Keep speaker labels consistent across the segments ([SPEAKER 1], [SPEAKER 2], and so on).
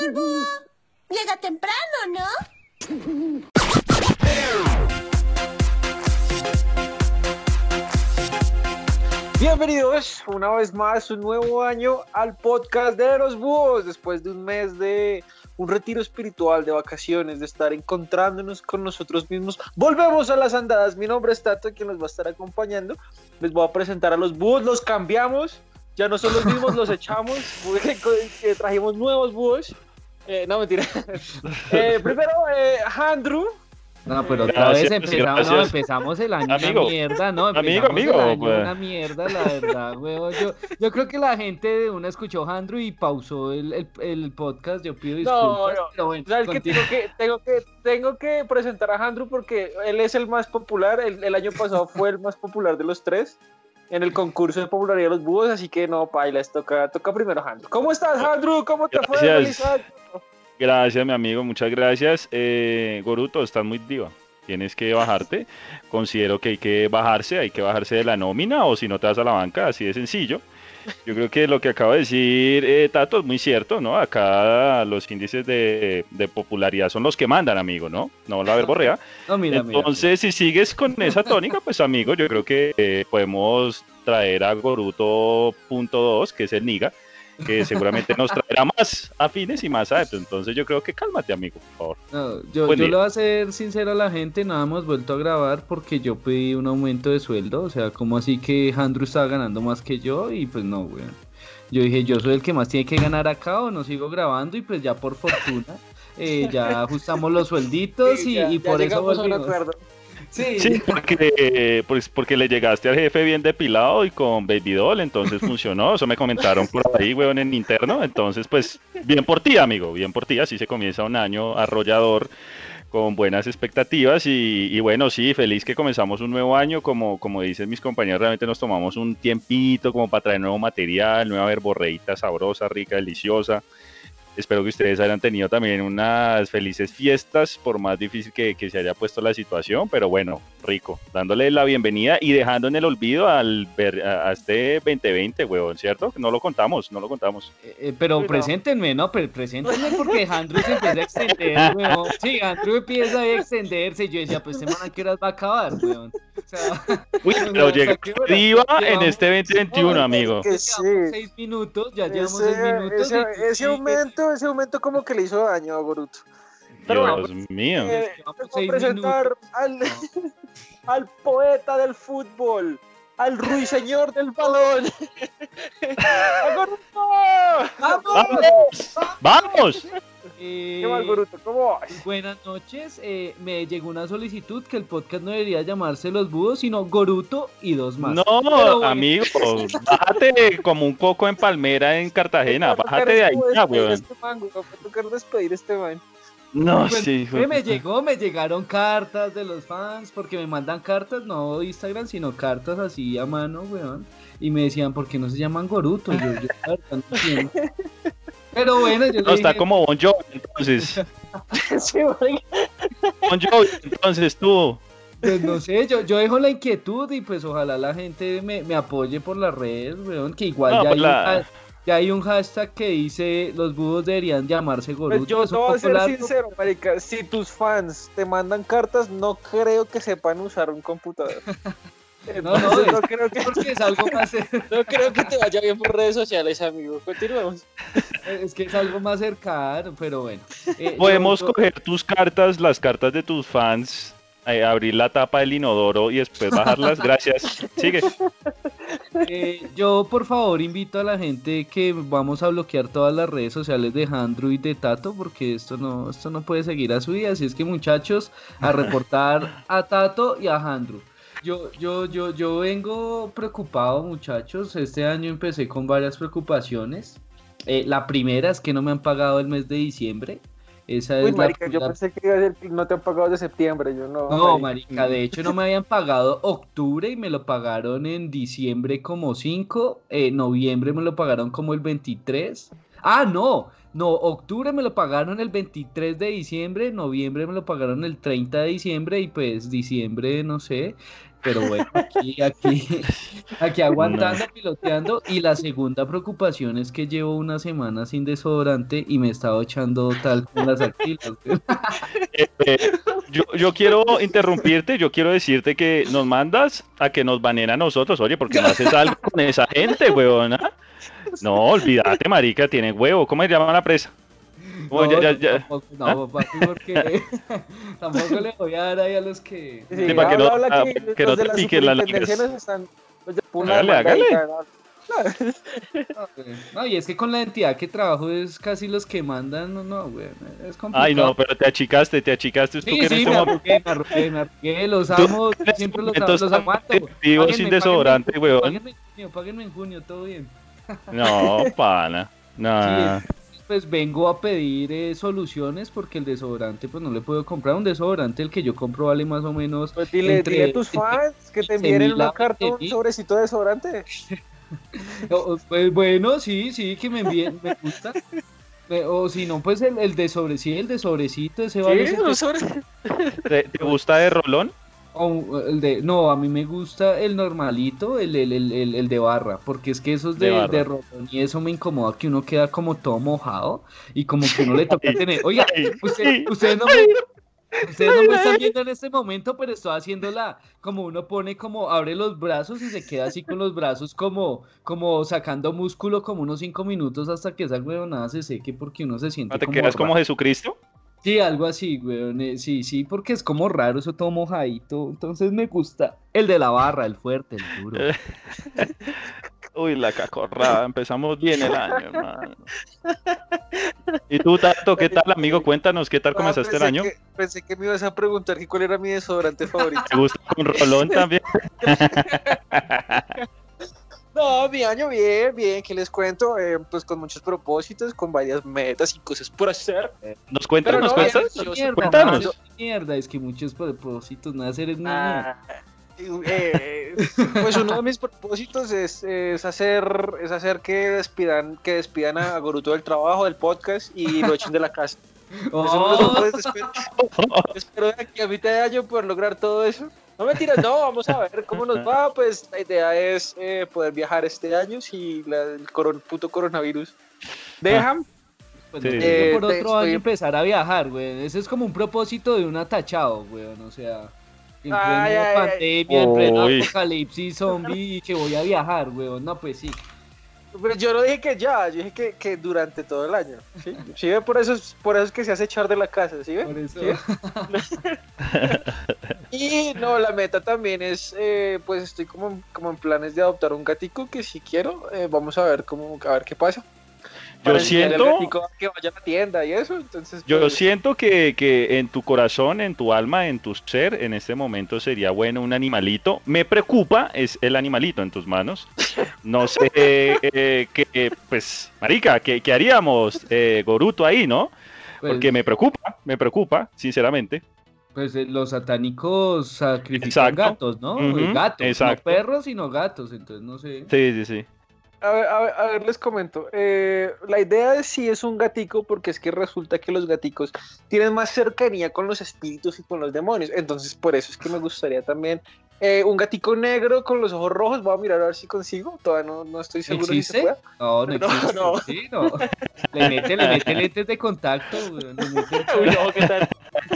[SPEAKER 1] Llega temprano, ¿no?
[SPEAKER 2] Bienvenidos una vez más, un nuevo año al podcast de los búhos. Después de un mes de un retiro espiritual, de vacaciones, de estar encontrándonos con nosotros mismos, volvemos a las andadas. Mi nombre es Tato, quien nos va a estar acompañando. Les voy a presentar a los búhos, los cambiamos. Ya no son los mismos, los echamos. Trajimos nuevos búhos. No, mentira. Primero, Andrew.
[SPEAKER 3] No, pero otra vez empezamos el año
[SPEAKER 4] amigo,
[SPEAKER 3] una mierda, ¿no?
[SPEAKER 4] Amigo,
[SPEAKER 3] el año
[SPEAKER 4] pues.
[SPEAKER 3] una mierda, la verdad, weón. Yo creo que la gente de una escuchó a Andrew y pausó el podcast. Yo pido disculpas, pero bueno.
[SPEAKER 2] ¿Sabes qué? Tengo que presentar a Andrew porque él es el más popular. El año pasado fue el más popular de los tres en el concurso de popularidad de los búhos, así que no, pailas, toca primero a Andrew. ¿Cómo estás, Andrew? ¿Cómo te fue? ¡Feliz año!
[SPEAKER 4] Gracias, mi amigo, muchas gracias. Goruto, estás muy diva. Tienes que bajarte. Considero que hay que bajarse de la nómina, o si no te vas a la banca, así de sencillo. Yo creo que lo que acaba de decir Tato es muy cierto, ¿no? Acá los índices de popularidad son los que mandan, amigo, ¿no? No la verborrea.
[SPEAKER 3] No, mira.
[SPEAKER 4] Entonces, si sigues con esa tónica, pues, amigo, yo creo que podemos traer a Goruto.2, que es el Niga, que seguramente nos traerá más afines y más adeptos. Entonces yo creo que cálmate, amigo, por favor.
[SPEAKER 3] No, yo le voy a ser sincero a la gente, nada hemos vuelto a grabar porque yo pedí un aumento de sueldo, o sea, como así que Andrew estaba ganando más que yo y pues no, weón. Yo dije, yo soy el que más tiene que ganar acá o no sigo grabando y pues ya por fortuna ya ajustamos los suelditos
[SPEAKER 2] sí,
[SPEAKER 3] y por eso volvimos.
[SPEAKER 4] Sí, porque le llegaste al jefe bien depilado y con Baby Doll, entonces funcionó. Eso me comentaron por ahí, weón, en interno. Entonces, pues, bien por ti, amigo, bien por ti. Así se comienza un año arrollador con buenas expectativas y bueno, sí, feliz que comenzamos un nuevo año. Como dicen mis compañeros, realmente nos tomamos un tiempito como para traer nuevo material, nueva verborreíta sabrosa, rica, deliciosa. Espero que ustedes hayan tenido también unas felices fiestas, por más difícil que se haya puesto la situación, pero bueno, rico, dándole la bienvenida y dejando en el olvido a este 2020, huevón, ¿cierto? No lo contamos.
[SPEAKER 3] Pero preséntenme, ¿no? Preséntenme porque Andrew se empieza a extender, huevón. Sí, Andrew empieza a extenderse y yo decía, pues semana ¿qué horas va a acabar, huevón? O sea,
[SPEAKER 4] uy, pero llega arriba en este 2021, amigo.
[SPEAKER 3] Que sí. Llevamos 6 minutos, ya llevamos 6 minutos.
[SPEAKER 2] Ese aumento como que le hizo daño a Goruto.
[SPEAKER 4] Pero Dios mío.
[SPEAKER 2] Voy a presentar al poeta del fútbol, al ruiseñor del balón. ¡A Goruto!
[SPEAKER 4] ¡Vamos!
[SPEAKER 2] ¿Qué mal, Goruto? ¿Cómo vas?
[SPEAKER 3] Buenas noches. Me llegó una solicitud que el podcast no debería llamarse Los Búhos, sino Goruto y dos más.
[SPEAKER 4] No, bueno, amigo, bájate como un coco en palmera en Cartagena. Bájate de ahí, weón.
[SPEAKER 2] Va a tocar despedir este man.
[SPEAKER 4] No,
[SPEAKER 3] pues,
[SPEAKER 4] sí.
[SPEAKER 3] Me llegaron cartas de los fans, porque me mandan cartas, no Instagram, sino cartas así a mano, weón. Y me decían, ¿por qué no se llaman Goruto? Yo la verdad no entiendo. Pero bueno, yo
[SPEAKER 4] no, está dije... como Bon Jovi, entonces.
[SPEAKER 2] Sí,
[SPEAKER 4] Bon Jovi, entonces tú.
[SPEAKER 3] Pues no sé, yo dejo la inquietud y pues ojalá la gente me apoye por las redes, weón, que igual no, ya hay un hashtag que dice los búhos deberían llamarse Goruto.
[SPEAKER 2] Pues yo te voy a ser sincero, marica, si tus fans te mandan cartas, no creo que sepan usar un computador.
[SPEAKER 3] No creo que porque es algo más.
[SPEAKER 2] No creo que te vaya bien por redes sociales, amigo. Continuemos.
[SPEAKER 3] Es que es algo más cercano, pero bueno.
[SPEAKER 4] Podemos coger tus cartas, las cartas de tus fans, abrir la tapa del inodoro y después bajarlas. Gracias. Sigue.
[SPEAKER 3] Yo por favor invito a la gente que vamos a bloquear todas las redes sociales de Andrew y de Tato, porque esto no puede seguir a su vida. Así es que, muchachos, a reportar a Tato y a Andrew. Yo vengo preocupado, muchachos. Este año empecé con varias preocupaciones. La primera es que no me han pagado el mes de diciembre. Esa es
[SPEAKER 2] marica, yo pensé que iba a decir, no te han pagado de septiembre. Yo
[SPEAKER 3] no, marica, de hecho no me habían pagado octubre y me lo pagaron en diciembre como 5. Noviembre me lo pagaron como el 23. No, octubre me lo pagaron el 23 de diciembre, noviembre me lo pagaron el 30 de diciembre y pues diciembre, no sé. Pero bueno, aquí aguantando, piloteando. Y la segunda preocupación es que llevo una semana sin desodorante y me he estado echando tal con las axilas.
[SPEAKER 4] Eh, yo quiero interrumpirte, yo quiero decirte que nos mandas a que nos baneen a nosotros, oye, porque no haces algo con esa gente, huevona. No, olvídate, marica, tiene huevo. ¿Cómo se llama la presa? Oh,
[SPEAKER 3] No,
[SPEAKER 4] ya.
[SPEAKER 3] tampoco, no, papi, porque tampoco le voy a dar ahí a los que...
[SPEAKER 2] Sí,
[SPEAKER 4] Sí, para que no-
[SPEAKER 2] habla
[SPEAKER 4] que no
[SPEAKER 2] los de
[SPEAKER 4] te
[SPEAKER 2] la
[SPEAKER 4] piquen las
[SPEAKER 2] superintendencia
[SPEAKER 4] nalgas.
[SPEAKER 2] nos están... los de una
[SPEAKER 4] Hágale,
[SPEAKER 2] demandadita,
[SPEAKER 4] hágale.
[SPEAKER 2] ¿no?
[SPEAKER 3] No, güey. No, y es que con la entidad que trabajo es casi los que mandan, no, güey, es complicado.
[SPEAKER 4] Ay, no, pero te achicaste, tú
[SPEAKER 3] Sí,
[SPEAKER 4] que en
[SPEAKER 3] sí,
[SPEAKER 4] este
[SPEAKER 3] me
[SPEAKER 4] momento
[SPEAKER 3] arrugué, los
[SPEAKER 4] Tú
[SPEAKER 3] amo,
[SPEAKER 4] en este
[SPEAKER 3] siempre
[SPEAKER 4] momento
[SPEAKER 3] los
[SPEAKER 4] estás
[SPEAKER 3] aguanto.
[SPEAKER 4] efectivo sin desodorante, weón.
[SPEAKER 3] Páguenme en junio, todo bien.
[SPEAKER 4] No, pana. Nah.
[SPEAKER 3] Sí, pues vengo a pedir soluciones porque el desodorante pues no le puedo comprar. Un desodorante el que yo compro vale más o menos
[SPEAKER 2] Pues dile a tus fans que te envíen en
[SPEAKER 3] 15.000
[SPEAKER 2] una
[SPEAKER 3] a
[SPEAKER 2] carta un
[SPEAKER 3] 20.000.
[SPEAKER 2] sobrecito de desodorante.
[SPEAKER 3] Pues bueno, sí, que me envíen, me gusta. O si no, pues el de sobre, sí, el de sobrecito, ese vale
[SPEAKER 2] Sí, un sobre...
[SPEAKER 4] ¿Te gusta de rolón?
[SPEAKER 3] no, a mí me gusta el normalito, el de barra, porque es que esos
[SPEAKER 4] De barra.
[SPEAKER 3] de rolón y eso me incomoda que uno queda como todo mojado y como que uno le toca tener. Oiga, ustedes no me están viendo en este momento, pero estoy haciéndola como uno pone como abre los brazos y se queda así con los brazos como sacando músculo como unos 5 minutos hasta que esa huevonada se seque porque uno se siente
[SPEAKER 4] ¿Te
[SPEAKER 3] como
[SPEAKER 4] quedas como
[SPEAKER 3] raro.
[SPEAKER 4] Jesucristo?
[SPEAKER 3] Sí, algo así, weón. Sí, porque es como raro eso todo mojadito. Entonces me gusta el de la barra, el fuerte, el duro.
[SPEAKER 4] Uy, la cacorrada, empezamos bien el año, hermano. ¿Y tú, Tato, qué tal, amigo? Cuéntanos, ¿qué tal comenzaste el año?
[SPEAKER 2] Pensé que me ibas a preguntar que cuál era mi desodorante favorito.
[SPEAKER 4] ¿Te gusta con rolón también?
[SPEAKER 2] No, mi año bien, ¿qué les cuento? Pues con muchos propósitos, con varias metas y cosas por hacer.
[SPEAKER 4] ¿Nos cuentas?
[SPEAKER 2] Pero
[SPEAKER 4] ¿Nos
[SPEAKER 2] no,
[SPEAKER 4] cuentas?
[SPEAKER 2] bien,
[SPEAKER 3] Mierda,
[SPEAKER 4] Cuéntanos.
[SPEAKER 3] mierda, es que muchos propósitos, no hacer es niño.
[SPEAKER 2] Ah, pues uno de mis propósitos es hacer que despidan a Goruto del trabajo, del podcast y lo echen de la casa. Espero de aquí a mitad de año poder lograr todo eso. No mentiras, no, vamos a ver cómo nos va. Pues la idea es poder viajar este año si el puto coronavirus deja.
[SPEAKER 3] Pues
[SPEAKER 4] Sí,
[SPEAKER 3] no,
[SPEAKER 4] sí,
[SPEAKER 3] yo por
[SPEAKER 2] sí.
[SPEAKER 3] otro año empezar a viajar, güey. Ese es como un propósito de un atachado, güey. O sea, en pleno
[SPEAKER 2] Ay, ay, ay.
[SPEAKER 3] pandemia, en pleno
[SPEAKER 4] Uy.
[SPEAKER 3] apocalipsis zombie y que voy a viajar, güey. No, pues sí.
[SPEAKER 2] Pero yo no dije que ya, yo dije que durante todo el año. ¿Sí? ¿Sí ve? Por eso es que se hace echar de la casa, ¿sí ve?
[SPEAKER 3] Por eso.
[SPEAKER 2] ¿Sí? Y no, la meta también es, pues estoy como en planes de adoptar un gatico que si quiero, vamos a ver a ver qué pasa. Para enseñarle al
[SPEAKER 4] siento-
[SPEAKER 2] gatico a que vaya a la tienda y eso, entonces
[SPEAKER 4] Yo
[SPEAKER 2] pues,
[SPEAKER 4] siento que en tu corazón, en tu alma, en tu ser, en este momento sería bueno un animalito. Me preocupa es el animalito en tus manos. No sé pues, marica, ¿qué haríamos, Goruto, ahí, no?
[SPEAKER 3] Pues,
[SPEAKER 4] Porque me preocupa, sinceramente.
[SPEAKER 3] pues los satánicos sacrifican
[SPEAKER 4] Exacto.
[SPEAKER 3] gatos, ¿no?
[SPEAKER 4] Ujú,
[SPEAKER 3] Gatos,
[SPEAKER 4] exacto.
[SPEAKER 3] no perros, sino gatos. Entonces, no sé.
[SPEAKER 4] Sí.
[SPEAKER 2] a ver, les comento. La idea de sí es un gatico porque es que resulta que los gaticos tienen más cercanía con los espíritus y con los demonios. Entonces, por eso es que me gustaría también un gatico negro con los ojos rojos. Voy a mirar a ver si consigo. Todavía no estoy seguro si se
[SPEAKER 3] ¿Existe?
[SPEAKER 2] puede.
[SPEAKER 3] No,
[SPEAKER 2] No,
[SPEAKER 3] existe.
[SPEAKER 2] no.
[SPEAKER 3] Sí, no. Le mete lentes de contacto, güey. Le mete-
[SPEAKER 2] Uy, no, ¿qué tal?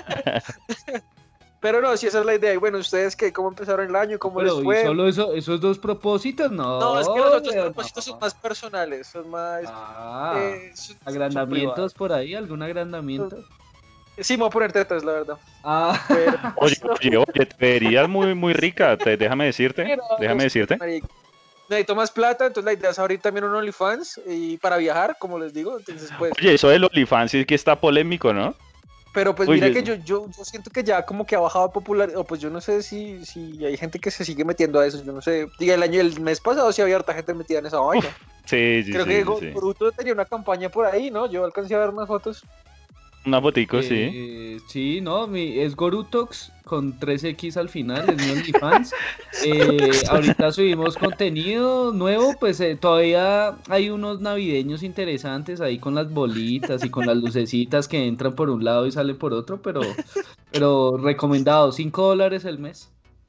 [SPEAKER 2] Pero no, si esa es la idea. Y bueno, ¿ustedes qué? ¿Cómo empezaron el año? ¿Cómo
[SPEAKER 3] Pero,
[SPEAKER 2] les
[SPEAKER 3] ¿y
[SPEAKER 2] fue?
[SPEAKER 3] solo esos dos propósitos? No.
[SPEAKER 2] No, es que los otros
[SPEAKER 3] güey,
[SPEAKER 2] propósitos
[SPEAKER 3] no.
[SPEAKER 2] son más personales, son más...
[SPEAKER 3] Ah,
[SPEAKER 2] son
[SPEAKER 3] agrandamientos por ahí, algún agrandamiento.
[SPEAKER 2] privados. Sí, me voy a poner tetas, la verdad.
[SPEAKER 3] Ah,
[SPEAKER 2] Pero...
[SPEAKER 4] Oye, te verías muy rica, déjame decirte.
[SPEAKER 2] Pero,
[SPEAKER 4] Déjame decirte.
[SPEAKER 2] marica, necesito más plata, entonces la idea es abrir también un OnlyFans y para viajar, como les digo, entonces pues...
[SPEAKER 4] Oye, eso del OnlyFans sí que está polémico, ¿no?
[SPEAKER 2] Pero pues
[SPEAKER 4] Uy,
[SPEAKER 2] mira
[SPEAKER 4] yo-
[SPEAKER 2] que yo siento que ya como que ha bajado popular, o pues yo no sé si hay gente que se sigue metiendo a eso, yo no sé. Diga, el mes pasado sí había harta gente metida en esa vaina.
[SPEAKER 4] Sí,
[SPEAKER 2] Creo
[SPEAKER 4] sí,
[SPEAKER 2] que
[SPEAKER 4] sí.
[SPEAKER 2] Boruto tenía una campaña por ahí, ¿no? Yo alcancé a ver unas fotos.
[SPEAKER 4] Una fotico, sí.
[SPEAKER 3] Sí, no, es Gorutox con 3X al final, es mi OnlyFans. Ahorita subimos contenido nuevo, pues todavía hay unos navideños interesantes ahí con las bolitas y con las lucecitas que entran por un lado y salen por otro, pero recomendado, $5 el mes.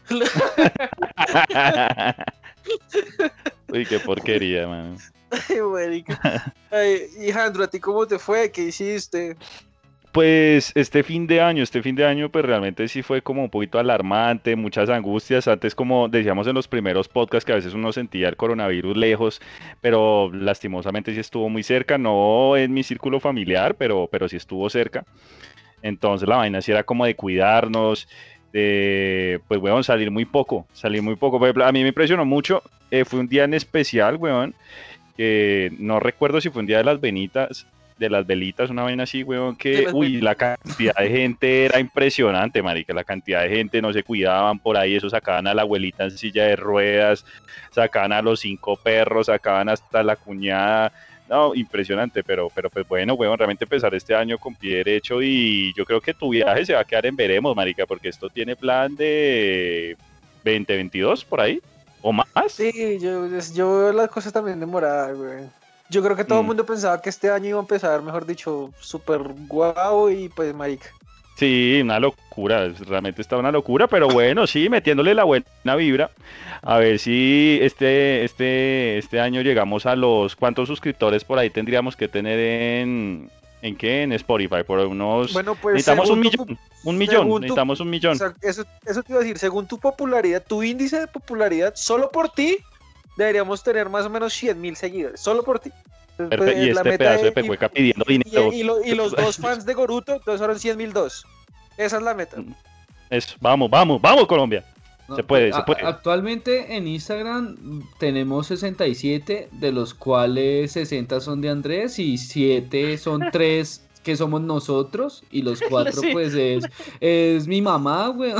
[SPEAKER 4] Uy, qué porquería, mano.
[SPEAKER 2] Ay, marica. Ay, y Jandro, ¿a ti cómo te fue? ¿Qué hiciste?
[SPEAKER 4] Pues este fin de año, pues realmente sí fue como un poquito alarmante, muchas angustias. Antes, como decíamos en los primeros podcasts, que a veces uno sentía el coronavirus lejos, pero lastimosamente sí estuvo muy cerca, no en mi círculo familiar, pero sí estuvo cerca. Entonces la vaina sí era como de cuidarnos, de, pues, weón, salir muy poco. Por ejemplo, a mí me impresionó mucho, fue un día en especial, weón, que no recuerdo si fue un día de las velitas, una vaina así, weón, que, uy, la cantidad de gente era impresionante, marica, la cantidad de gente, no se cuidaban por ahí, eso sacaban a la abuelita en silla de ruedas, sacaban a los 5 perros, sacaban hasta la cuñada, no, impresionante, pero pues bueno, weón, realmente empezar este año con pie derecho y yo creo que tu viaje se va a quedar en veremos, marica, porque esto tiene plan de 2022 por ahí, o más.
[SPEAKER 2] Sí, yo veo las cosas también demoradas, güey. Yo creo que todo el mundo pensaba que este año iba a empezar, mejor dicho, súper guau y pues marica.
[SPEAKER 4] Sí, una locura, realmente está una locura, pero bueno, sí, metiéndole la buena vibra, a ver si este año llegamos a los, ¿cuántos suscriptores por ahí tendríamos que tener en qué? En Spotify, por unos,
[SPEAKER 2] Bueno, pues
[SPEAKER 4] necesitamos
[SPEAKER 2] según
[SPEAKER 4] un millón, necesitamos un millón.
[SPEAKER 2] O sea, eso te iba a decir, según tu popularidad, tu índice de popularidad, solo por ti, deberíamos tener más o menos 100.000 seguidores, solo por ti. Entonces, pues,
[SPEAKER 4] Y
[SPEAKER 2] la
[SPEAKER 4] este
[SPEAKER 2] meta
[SPEAKER 4] pedazo de
[SPEAKER 2] es-
[SPEAKER 4] pecueca pidiendo dinero.
[SPEAKER 2] y los dos fans de Goruto, entonces fueron 100.002. Esa es la meta.
[SPEAKER 4] Eso, vamos, Colombia.
[SPEAKER 3] No,
[SPEAKER 4] Se puede,
[SPEAKER 3] pues,
[SPEAKER 4] se puede.
[SPEAKER 3] Actualmente en Instagram tenemos 67, de los cuales 60 son de Andrés y 7 son 3 que somos nosotros y los 4
[SPEAKER 2] Sí.
[SPEAKER 3] pues es mi mamá, weón.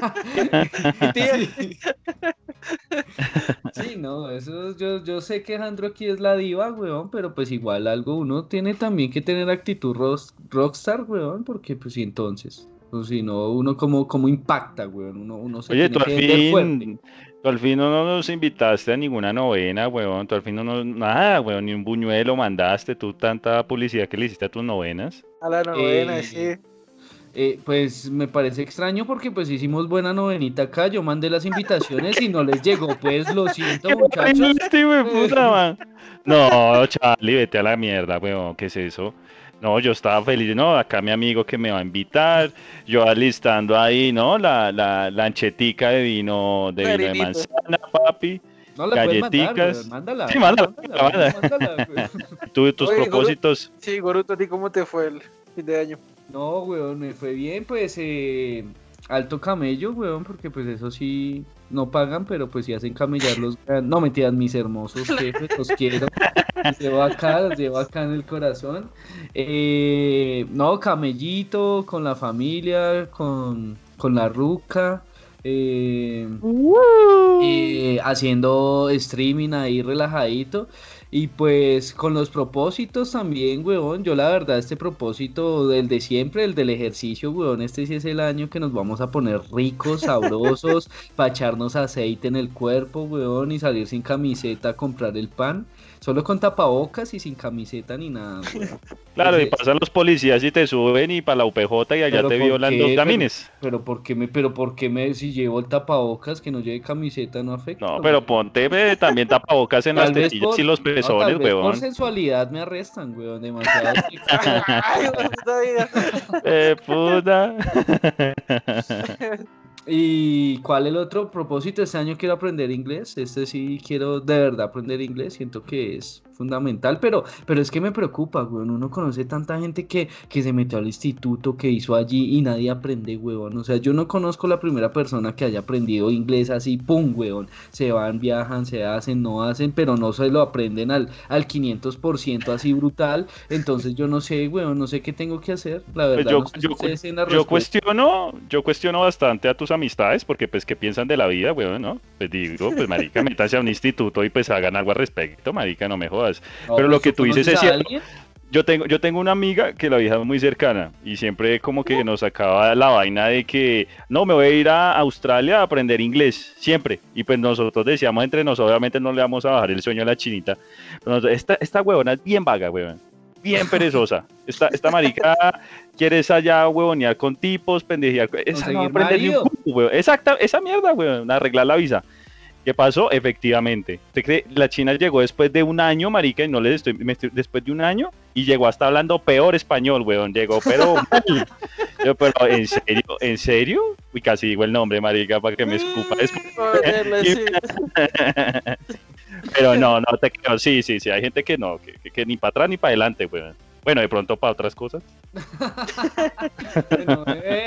[SPEAKER 2] Tía,
[SPEAKER 3] Sí. Sí, no, eso yo sé que Jandro aquí es la diva, weón, pero pues igual algo uno tiene también que tener actitud rockstar, weón, porque pues sí, entonces, pues si no, uno como impacta, weón, uno se
[SPEAKER 4] Oye,
[SPEAKER 3] tiene que vender fuerte.
[SPEAKER 4] tú al fin no nos invitaste a ninguna novena, weón. Tú al fin nada, weón, ni un buñuelo mandaste. Tú tanta publicidad que le hiciste a tus novenas.
[SPEAKER 2] a la novena,
[SPEAKER 3] Eh,
[SPEAKER 2] sí.
[SPEAKER 3] Pues me parece extraño porque pues hicimos buena novenita acá, yo mandé las invitaciones y no les llegó, pues lo siento muchachos.
[SPEAKER 4] Este hijo de puta, man. No, Charlie, vete a la mierda, weón. ¿Qué es eso? No, yo estaba feliz. No, acá mi amigo que me va a invitar. Yo alistando ahí, ¿no? La anchetica de vino de
[SPEAKER 2] Merinito.
[SPEAKER 4] manzana, papi.
[SPEAKER 3] No la puedes mandar,
[SPEAKER 4] Galletitas.
[SPEAKER 3] weón, mándala.
[SPEAKER 4] Sí, mándala,
[SPEAKER 3] Mándala, weón.
[SPEAKER 4] Tus
[SPEAKER 2] Oye,
[SPEAKER 4] propósitos.
[SPEAKER 2] Sí, Goruto, ¿a ti cómo te fue el fin de año?
[SPEAKER 3] No, weón, me fue bien, pues alto camello, weón, porque pues eso sí no pagan, pero pues sí hacen camellar no mentiras, mis hermosos jefes, los quiero, los llevo acá en el corazón. No, camellito, con la familia, con la ruca, haciendo streaming ahí relajadito. Y pues con los propósitos también, weón, yo la verdad este propósito del de siempre, el del ejercicio, weón, este sí es el año que nos vamos a poner ricos, sabrosos, para echarnos aceite en el cuerpo, weón, y salir sin camiseta a comprar el pan, solo con tapabocas y sin camiseta ni nada, weón.
[SPEAKER 4] Claro, y
[SPEAKER 3] Pues,
[SPEAKER 4] pasan los policías y te suben y para la UPJ y allá
[SPEAKER 3] pero
[SPEAKER 4] te
[SPEAKER 3] ¿por
[SPEAKER 4] violan
[SPEAKER 3] qué?
[SPEAKER 4] dos gamines.
[SPEAKER 3] Pero ¿por qué si llevo el tapabocas que no lleve camiseta no afecta?
[SPEAKER 4] No, pero ponte también tapabocas en las
[SPEAKER 3] Tal vez
[SPEAKER 4] tetillas y los
[SPEAKER 3] no,
[SPEAKER 4] pezones,
[SPEAKER 3] tal vez por
[SPEAKER 4] weón.
[SPEAKER 3] sensualidad me arrestan, weón, demasiado.
[SPEAKER 2] Ay, puta vida.
[SPEAKER 4] Puta.
[SPEAKER 3] ¿Y cuál el otro propósito? Este año quiero aprender inglés. Este sí quiero de verdad aprender inglés. Siento que es fundamental, pero es que me preocupa, weón. Uno conoce tanta gente que se metió al instituto, que hizo allí y nadie aprende, weón. O sea, yo no conozco la primera persona que haya aprendido inglés así, pum, weón. Se van, viajan, se hacen, no hacen, pero no se lo aprenden al 500% así brutal. Entonces yo no sé, weón, no sé qué tengo que hacer. La
[SPEAKER 4] Pues
[SPEAKER 3] verdad, no sé si ustedes tienen la respuesta.
[SPEAKER 4] yo cuestiono bastante a tus amistades porque pues qué piensan de la vida, weón, ¿no? Pues digo, pues marica, métanse a un instituto y pues hagan algo al respecto, marica, no me jodas.
[SPEAKER 3] No,
[SPEAKER 4] Pero lo
[SPEAKER 3] pues,
[SPEAKER 4] que tú dices
[SPEAKER 3] conoces
[SPEAKER 4] es
[SPEAKER 3] a
[SPEAKER 4] cierto.
[SPEAKER 3] alguien?
[SPEAKER 4] Yo tengo una amiga que la vieja es muy cercana y siempre como que nos sacaba la vaina de que no, me voy a ir a Australia a aprender inglés, siempre. Y pues nosotros decíamos entre nosotros, obviamente no le vamos a bajar el sueño a la chinita. Pero esta huevona es bien vaga, huevón. Bien perezosa. Esta marica quiere allá huevonear con tipos, pendejear. Esa no va a
[SPEAKER 3] Conseguir
[SPEAKER 4] aprender ni un
[SPEAKER 3] marido.
[SPEAKER 4] weón. Exacta, esa mierda, weón, arreglar la visa. ¿Qué pasó? Efectivamente. ¿Usted cree? La China llegó después de un año, marica, y no les después de un año, y llegó hasta hablando peor español, weón. Llegó, pero mal. Yo, pero, ¿en serio? Uy, casi digo el nombre, marica, para que me escupa. Pero no te creo. Sí, hay gente que no, que ni para atrás ni para adelante, weón. Bueno, de pronto para otras cosas.
[SPEAKER 2] Bueno,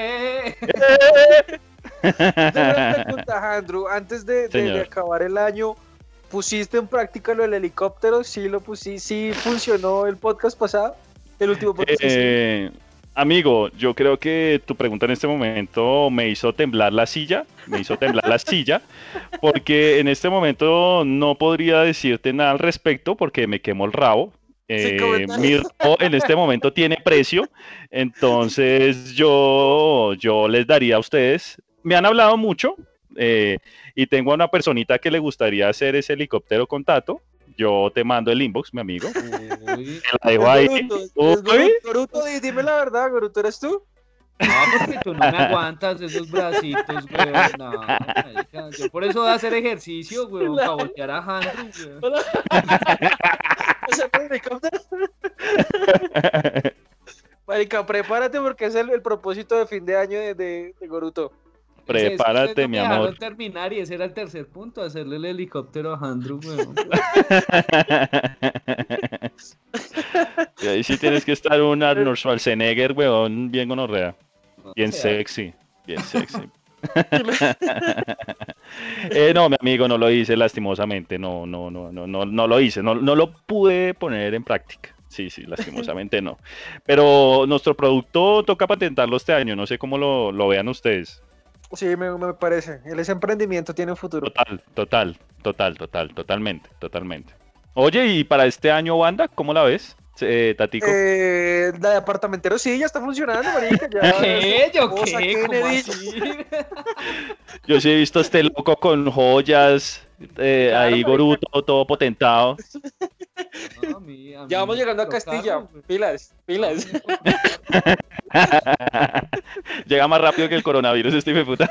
[SPEAKER 2] una pregunta, Andrew, antes de acabar el año, ¿pusiste en práctica lo del helicóptero? ¿Sí lo pusiste? ¿Sí funcionó el podcast pasado? ¿El último podcast?
[SPEAKER 4] Amigo, yo creo que tu pregunta en este momento me hizo temblar la silla, porque en este momento no podría decirte nada al respecto porque me quemó el rabo. Mi rabo en este momento tiene precio, entonces yo les daría a ustedes. Me han hablado mucho y tengo a una personita que le gustaría hacer ese helicóptero con Tato. Yo te mando el inbox, mi amigo.
[SPEAKER 3] Uy.
[SPEAKER 4] Te la dejo ahí.
[SPEAKER 2] Goruto, dime la verdad, Goruto, ¿eres tú?
[SPEAKER 3] No, porque tú no me aguantas esos bracitos, weón. No, marica, yo por eso voy a hacer ejercicio, weón, para voltear a Andrew, weón.
[SPEAKER 2] Marica, prepárate porque es el propósito de fin de año de Goruto.
[SPEAKER 4] Prepárate, mi amor.
[SPEAKER 3] Terminar y ese era el tercer punto, hacerle el helicóptero a Andrew, weón.
[SPEAKER 4] Y ahí sí tienes que estar un Arnold Schwarzenegger, weón, bien gonorrea. Bien sexy. No, mi amigo, no lo hice lastimosamente. No lo hice. No lo pude poner en práctica. Sí, lastimosamente no. Pero nuestro producto toca patentarlo este año. No sé cómo lo vean ustedes.
[SPEAKER 2] Sí, me parece. Ese emprendimiento tiene un futuro.
[SPEAKER 4] Totalmente. Oye, y para este año, Wanda, ¿cómo la ves, Tatico?
[SPEAKER 2] La de apartamentero sí, ya está funcionando, marica. Ya,
[SPEAKER 3] ¿Qué? ¿Yo qué? ¿Cómo así?
[SPEAKER 4] Yo sí he visto a este loco con joyas,
[SPEAKER 2] Claro,
[SPEAKER 4] ahí
[SPEAKER 2] marica.
[SPEAKER 4] Goruto, todo potentado.
[SPEAKER 3] No, a mí
[SPEAKER 2] Ya vamos
[SPEAKER 3] me
[SPEAKER 2] llegando a
[SPEAKER 3] compró
[SPEAKER 2] Castilla.
[SPEAKER 3] carro, weón.
[SPEAKER 2] Pilas.
[SPEAKER 4] Llega más rápido que el coronavirus, este hijo de puta.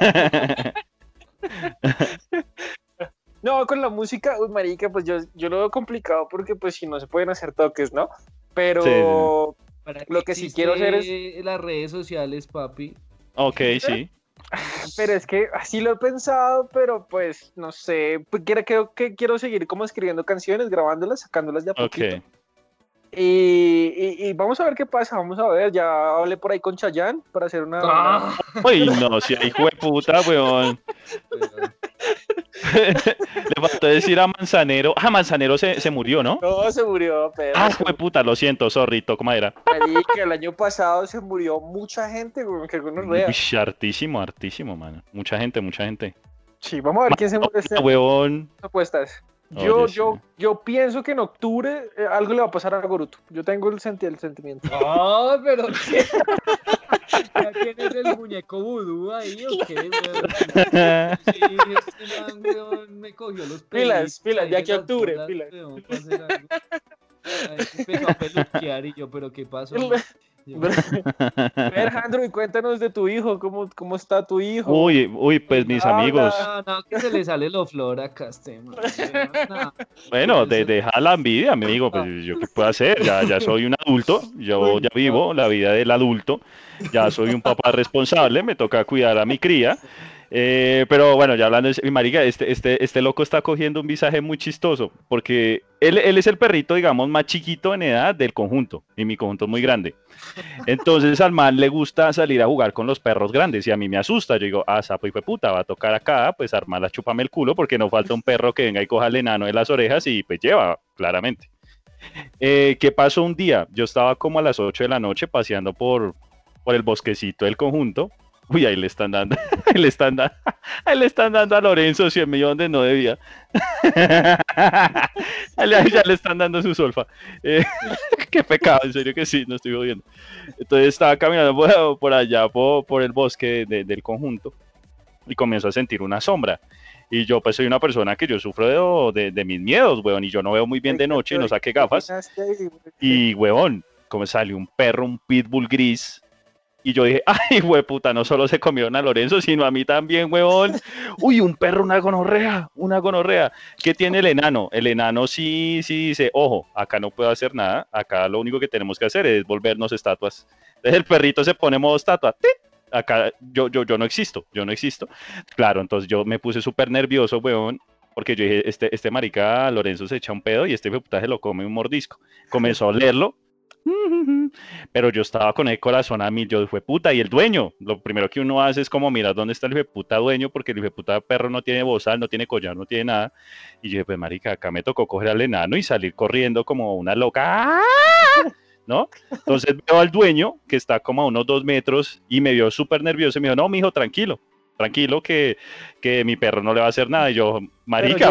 [SPEAKER 2] No, con la música, uy, marica, pues yo lo veo complicado porque pues si no se pueden hacer toques, ¿no? Pero
[SPEAKER 3] ¿Para qué
[SPEAKER 2] lo que sí
[SPEAKER 3] existe
[SPEAKER 2] quiero hacer es...
[SPEAKER 3] las redes sociales, papi?
[SPEAKER 4] Ok, sí.
[SPEAKER 2] Pero es que así lo he pensado, pero pues no sé, pues, creo que quiero seguir como escribiendo canciones, grabándolas, sacándolas de a poquito.
[SPEAKER 4] Ok.
[SPEAKER 2] Y vamos a ver qué pasa, vamos a ver, ya hablé por ahí con Chayanne para hacer una...
[SPEAKER 4] Uy, no, si hay hijo de puta, weón. Le faltó decir a Manzanero. Manzanero se murió, ¿no?
[SPEAKER 2] No, se murió, pero...
[SPEAKER 4] Hijo de puta, lo siento, sorry, toco madera.
[SPEAKER 2] Marica, el año pasado se murió mucha gente, güey, que algunos vean.
[SPEAKER 4] Uy, hartísimo, mano. Mucha gente.
[SPEAKER 2] Sí, vamos a ver quién se muere este año.
[SPEAKER 4] Huevón.
[SPEAKER 2] Apuestas.
[SPEAKER 4] Oye, sí.
[SPEAKER 2] Yo pienso que en octubre algo le va a pasar a Goruto. Yo tengo el sentimiento.
[SPEAKER 3] ¡Ah, pero qué! ¿Ya tienes el muñeco vudú ahí o qué, weón? Sí, este man, weón, me cogió los
[SPEAKER 2] Pilas,
[SPEAKER 3] pelitos ahí
[SPEAKER 2] de aquí a
[SPEAKER 3] las
[SPEAKER 2] octubre,
[SPEAKER 3] bolas,
[SPEAKER 2] pilas.
[SPEAKER 3] weón, para hacer algo. Ahí empezó a peluquear y yo, ¿pero qué pasó? Yo,
[SPEAKER 2] Alejandro, y cuéntanos de tu hijo, ¿cómo está tu hijo?
[SPEAKER 4] Uy, pues mis
[SPEAKER 2] Habla.
[SPEAKER 4] amigos.
[SPEAKER 3] no, que se le sale lo flor acá a este man, weón, no.
[SPEAKER 4] Bueno, deja la envidia, amigo. Pues yo qué puedo hacer, ya soy un adulto, yo ya vivo la vida del adulto, ya soy un papá responsable, me toca cuidar a mi cría. Pero bueno, ya hablando de marica, este loco está cogiendo un visaje muy chistoso, porque él es el perrito, digamos, más chiquito en edad del conjunto, y mi conjunto es muy grande. Entonces al man le gusta salir a jugar con los perros grandes, y a mí me asusta. Yo digo, sapo hijo de puta, va a tocar acá, pues armarla, chúpame el culo, porque no falta un perro que venga y coja al enano de las orejas, y pues lleva, claramente. ¿Qué pasó un día? Yo estaba como a las 8 de la noche paseando por el bosquecito del conjunto. Uy, ahí le están dando, ahí le están dando a Lorenzo 100 millones donde no debía. Ahí ya le están dando su solfa. Qué pecado, en serio que sí, no estoy jodiendo. Entonces estaba caminando por allá, por el bosque del conjunto, y comienzo a sentir una sombra. Y yo pues soy una persona que yo sufro de mis miedos, weón, y yo no veo muy bien de noche y no saqué gafas. Y, weón, como sale un perro, un pitbull gris, Y yo dije, ay, hueputa, no solo se comieron a Lorenzo, sino a mí también, huevón. Uy, un perro, una gonorrea, una gonorrea. ¿Qué tiene el enano? El enano sí dice, ojo, acá no puedo hacer nada, acá lo único que tenemos que hacer es volvernos estatuas. Entonces el perrito se pone en modo estatua. ¡Tit! Acá yo no existo, yo no existo. Claro, entonces yo me puse súper nervioso, huevón, porque yo dije, este marica Lorenzo se echa un pedo y este puta se lo come un mordisco. Comenzó a olerlo, pero yo estaba con el corazón a mí, yo fue puta, y el dueño, lo primero que uno hace es como mirar dónde está el hijo de puta dueño, porque el hijo de puta perro no tiene bozal, no tiene collar, no tiene nada, y yo dije, pues marica, acá me tocó coger al enano y salir corriendo como una loca, ¿no? Entonces veo al dueño, que está como a unos 2 metros, y me vio súper nervioso, y me dijo, no, mijo, tranquilo, que mi perro no le va a hacer nada. Y yo, marica,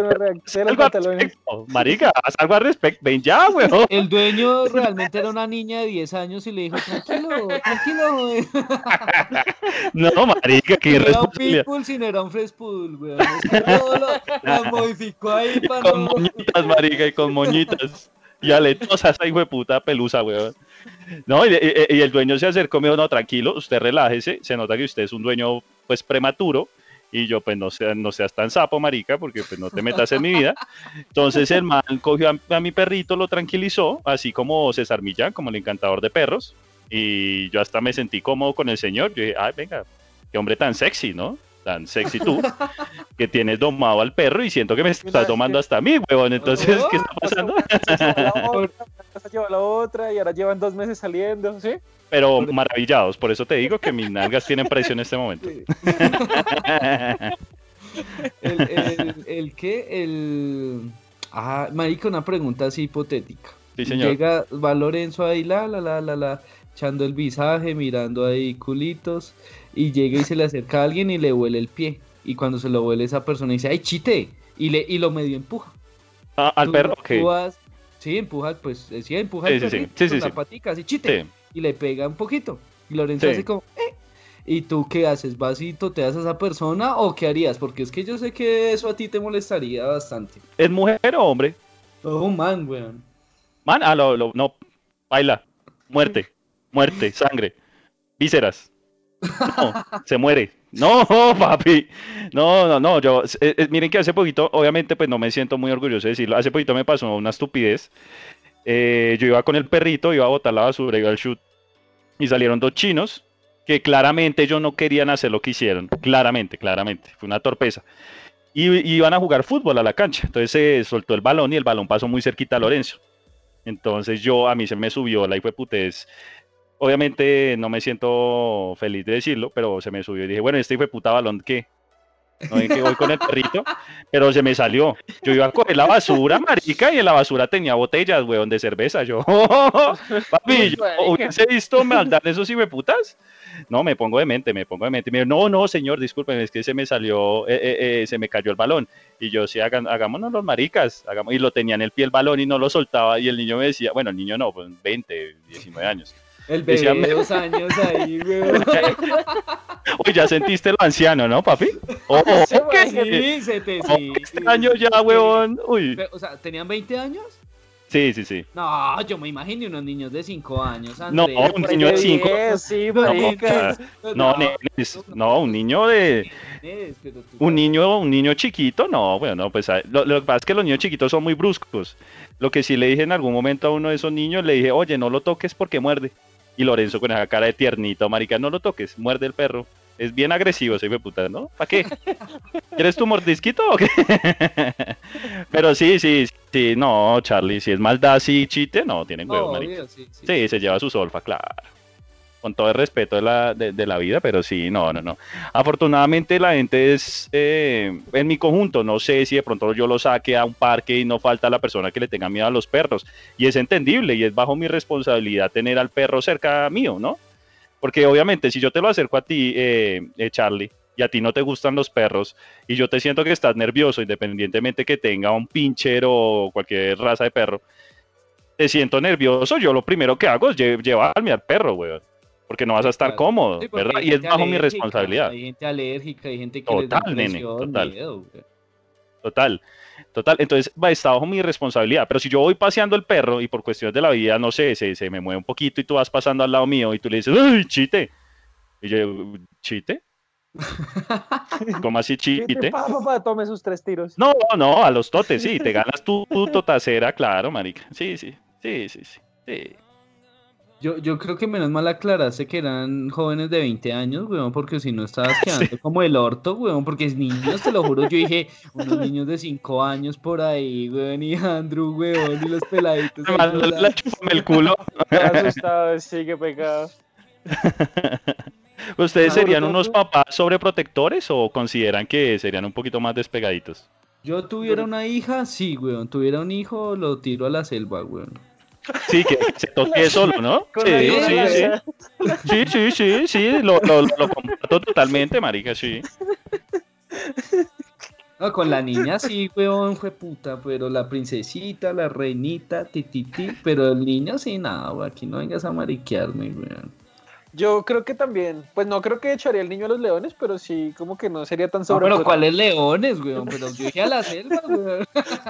[SPEAKER 4] marica, haz algo al respecto, ven ya, weón.
[SPEAKER 3] El dueño realmente era una niña de 10 años y le dijo, tranquilo.
[SPEAKER 4] No, marica, que
[SPEAKER 3] era un pitbull sin era un freshpool, weón. Es que lo modificó ahí para
[SPEAKER 4] con moñitas, marica, y con moñitas. Y aletosa esa hijo de puta pelusa, weón. No, y el dueño se acercó y me dijo, no, tranquilo, usted relájese, se nota que usted es un dueño, pues, prematuro, y yo, pues, no seas tan sapo, marica, porque, pues, no te metas en mi vida. Entonces, el man cogió a mi perrito, lo tranquilizó, así como César Millán, como el encantador de perros, y yo hasta me sentí cómodo con el señor. Yo dije, ay, venga, qué hombre tan sexy, ¿no? Tan sexy tú, que tienes domado al perro y siento que me estás domando hasta a mí, huevón. Entonces, ¿qué está pasando?
[SPEAKER 2] Se llevó la otra y ahora llevan 2 meses saliendo, ¿sí?
[SPEAKER 4] Pero maravillados, por eso te digo que mis nalgas tienen precio en este momento.
[SPEAKER 3] Marica, una pregunta así hipotética.
[SPEAKER 4] Sí, señor.
[SPEAKER 3] Va Lorenzo ahí, echando el visaje, mirando ahí culitos, y llega y se le acerca a alguien y le huele el pie. Y cuando se lo huele esa persona dice, ¡ay, chite! Y lo medio empuja.
[SPEAKER 4] ¿Al perro? Okay.
[SPEAKER 3] Sí, empuja el perrito con la patica, así, chite. Sí. Y le pega un poquito. Y Lorenzo hace como, ¿Y tú qué haces? ¿Vas y toteas a esa persona o qué harías? Porque es que yo sé que eso a ti te molestaría bastante.
[SPEAKER 4] ¿Es mujer o hombre?
[SPEAKER 3] Oh, man, weón.
[SPEAKER 4] Man, no, baila, muerte, sangre, vísceras. No, se muere. No, papi. No, yo, miren que hace poquito, obviamente, pues no me siento muy orgulloso de decirlo. Hace poquito me pasó una estupidez. Yo iba con el perrito, iba a botar la basura, iba al shoot, y salieron 2 chinos que claramente ellos no querían hacer lo que hicieron. Claramente. Fue una torpeza. Y iban a jugar fútbol a la cancha. Entonces se soltó el balón y el balón pasó muy cerquita a Lorenzo. Entonces a mí se me subió la hijueputez. Obviamente no me siento feliz de decirlo, pero se me subió y dije, bueno, este hijueputa balón, ¿qué? No ven que voy con el perrito, pero se me salió. Yo iba a coger la basura, marica, y en la basura tenía botellas, weón, de cerveza. Yo, papi, yo hubiese visto maldad de esos hijueputas. No, me pongo de mente. Y me dijo, no, señor, discúlpeme, es que se me salió, se me cayó el balón. Y yo, sí, hagámonos los maricas. Y lo tenía en el pie el balón y no lo soltaba. Y el niño me decía, bueno, el niño no, pues 20, 19 años.
[SPEAKER 3] El bebé decía, de 2 años ahí, weón.
[SPEAKER 4] Uy, ya sentiste lo anciano, ¿no, papi?
[SPEAKER 3] Sí,
[SPEAKER 4] este año ya, weón. Uy.
[SPEAKER 3] O sea, ¿tenían 20 años?
[SPEAKER 4] Sí.
[SPEAKER 3] No, yo me imagino unos niños de 5 años,
[SPEAKER 4] Andrés. No, un niño de 5.
[SPEAKER 2] Sí,
[SPEAKER 4] no, un niño de... Un niño chiquito, no, bueno, pues lo que pasa es que los niños chiquitos son muy bruscos. Lo que sí le dije en algún momento a uno de esos niños, le dije, oye, no lo toques porque muerde. Y Lorenzo con esa cara de tiernito, marica, no lo toques, muerde el perro. Es bien agresivo ese hijo de puta, ¿no? ¿Para qué? ¿Quieres tu mordisquito o qué? Pero sí, no, Charlie, si es maldad, sí, chiste, no, tienen huevo, marica. Sí, se lleva su solfa, claro. Con todo el respeto de la vida, pero sí, no. Afortunadamente la gente es, en mi conjunto, no sé si de pronto yo lo saque a un parque y no falta la persona que le tenga miedo a los perros. Y es entendible y es bajo mi responsabilidad tener al perro cerca mío, ¿no? Porque obviamente si yo te lo acerco a ti, Charlie, y a ti no te gustan los perros, y yo te siento que estás nervioso, independientemente que tenga un pincher o cualquier raza de perro, te siento nervioso, yo lo primero que hago es llevarme al perro, weón. Porque no vas a estar cómodo, sí, ¿verdad? Y es bajo mi responsabilidad.
[SPEAKER 3] Hay gente alérgica, hay gente que
[SPEAKER 4] total, nene, total. Miedo, Total. Entonces está bajo mi responsabilidad. Pero si yo voy paseando el perro y por cuestiones de la vida, no sé, se me mueve un poquito y tú vas pasando al lado mío y tú le dices, ¡uy, chite! Y yo, ¿chite? ¿Cómo así chite?
[SPEAKER 2] Papá, tome sus 3 tiros.
[SPEAKER 4] No, a los totes, sí, te ganas tu totacera, claro, marica. Sí.
[SPEAKER 3] Yo creo que menos mal aclaraste que eran jóvenes de 20 años, weón, porque si no estabas quedando como el orto, weón, porque es niños, te lo juro, yo dije, unos niños de 5 años por ahí, weón, y Andrew, weón, y los peladitos. ahí
[SPEAKER 4] La chúpame el culo.
[SPEAKER 2] Asustado, sí, qué pecado.
[SPEAKER 4] ¿Ustedes serían
[SPEAKER 2] Por
[SPEAKER 4] unos
[SPEAKER 2] tanto,
[SPEAKER 4] papás sobreprotectores o consideran que serían un poquito más despegaditos?
[SPEAKER 3] Yo tuviera una hija, sí, weón, tuviera un hijo, lo tiro a la selva, weón.
[SPEAKER 4] Sí, que se toque solo, ¿no?
[SPEAKER 2] con la misma lanza.
[SPEAKER 4] Sí, lo comparto totalmente, marica, sí.
[SPEAKER 3] No, con la niña sí, weón, fue puta, pero la princesita, la reinita, tititi, pero el niño sí, nada, weón, aquí no vengas a mariquearme, weón.
[SPEAKER 2] Yo creo que también, pues no creo que echaría el niño a los leones, pero sí, como que no sería tan
[SPEAKER 3] No, pero
[SPEAKER 2] sobreprotector.
[SPEAKER 3] ¿cuáles leones, weón? Pero yo dije a la selva, weón.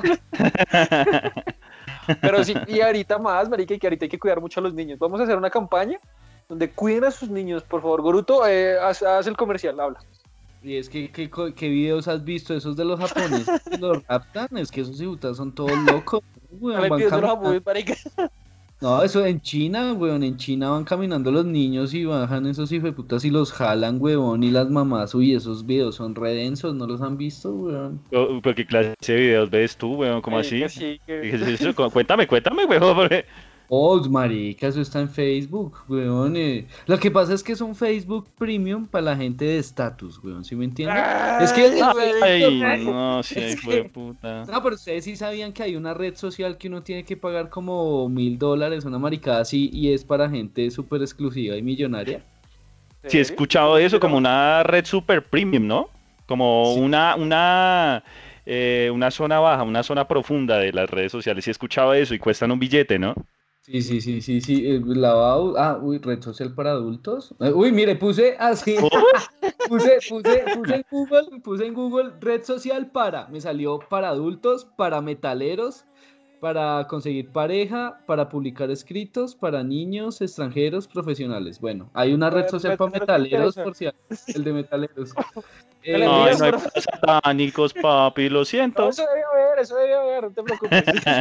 [SPEAKER 2] Pero sí, y ahorita más, marica, que ahorita hay que cuidar mucho a los niños. Vamos a hacer una campaña donde cuiden a sus niños, por favor. Goruto, haz el comercial, habla.
[SPEAKER 3] Y es que, ¿qué videos has visto? Esos de los japoneses que los raptan, es que esos hijutas son todos locos, weón.
[SPEAKER 2] Me
[SPEAKER 3] Van
[SPEAKER 2] pides de los
[SPEAKER 3] caminando.
[SPEAKER 2] abuelos, marica.
[SPEAKER 3] No, eso en China, weón, en China van caminando los niños y bajan esos hijueputas y los jalan, weón, y las mamás, uy, esos videos son redensos, ¿no los han visto, weón?
[SPEAKER 4] ¿Pero qué clase de videos ves tú, weón? ¿Cómo así?
[SPEAKER 2] Marica, sí,
[SPEAKER 4] ¿Qué es eso? Cuéntame, weón. porque-
[SPEAKER 3] Oh, marica, eso está en Facebook, weón. Lo que pasa es que es un Facebook Premium para la gente de estatus, weón, ¿sí me entienden? Es que
[SPEAKER 4] Ay, no, sí, hijo de puta.
[SPEAKER 3] No, pero ustedes sí sabían que hay una red social que uno tiene que pagar como $1000, una maricada así, y es para gente súper exclusiva y millonaria.
[SPEAKER 4] Sí, he escuchado eso como una red super premium, ¿no? Como
[SPEAKER 3] Sí.
[SPEAKER 4] una zona baja, una zona profunda de las redes sociales. Sí he escuchado eso y cuestan un billete, ¿no?
[SPEAKER 3] Sí. Uy, red social para adultos. Uy, mire, puse así.
[SPEAKER 4] Oh,
[SPEAKER 3] Puse en Google red social para. Me salió para adultos, para metaleros, para conseguir pareja, para publicar escritos, para niños, extranjeros, profesionales. Bueno, hay una red social para metaleros, por si el de metaleros.
[SPEAKER 2] ¿Te la
[SPEAKER 4] ay,
[SPEAKER 2] envías,
[SPEAKER 4] no hay
[SPEAKER 2] por
[SPEAKER 4] para satánicos, papi, lo
[SPEAKER 2] No,
[SPEAKER 4] siento.
[SPEAKER 2] eso debe haber, no te preocupes.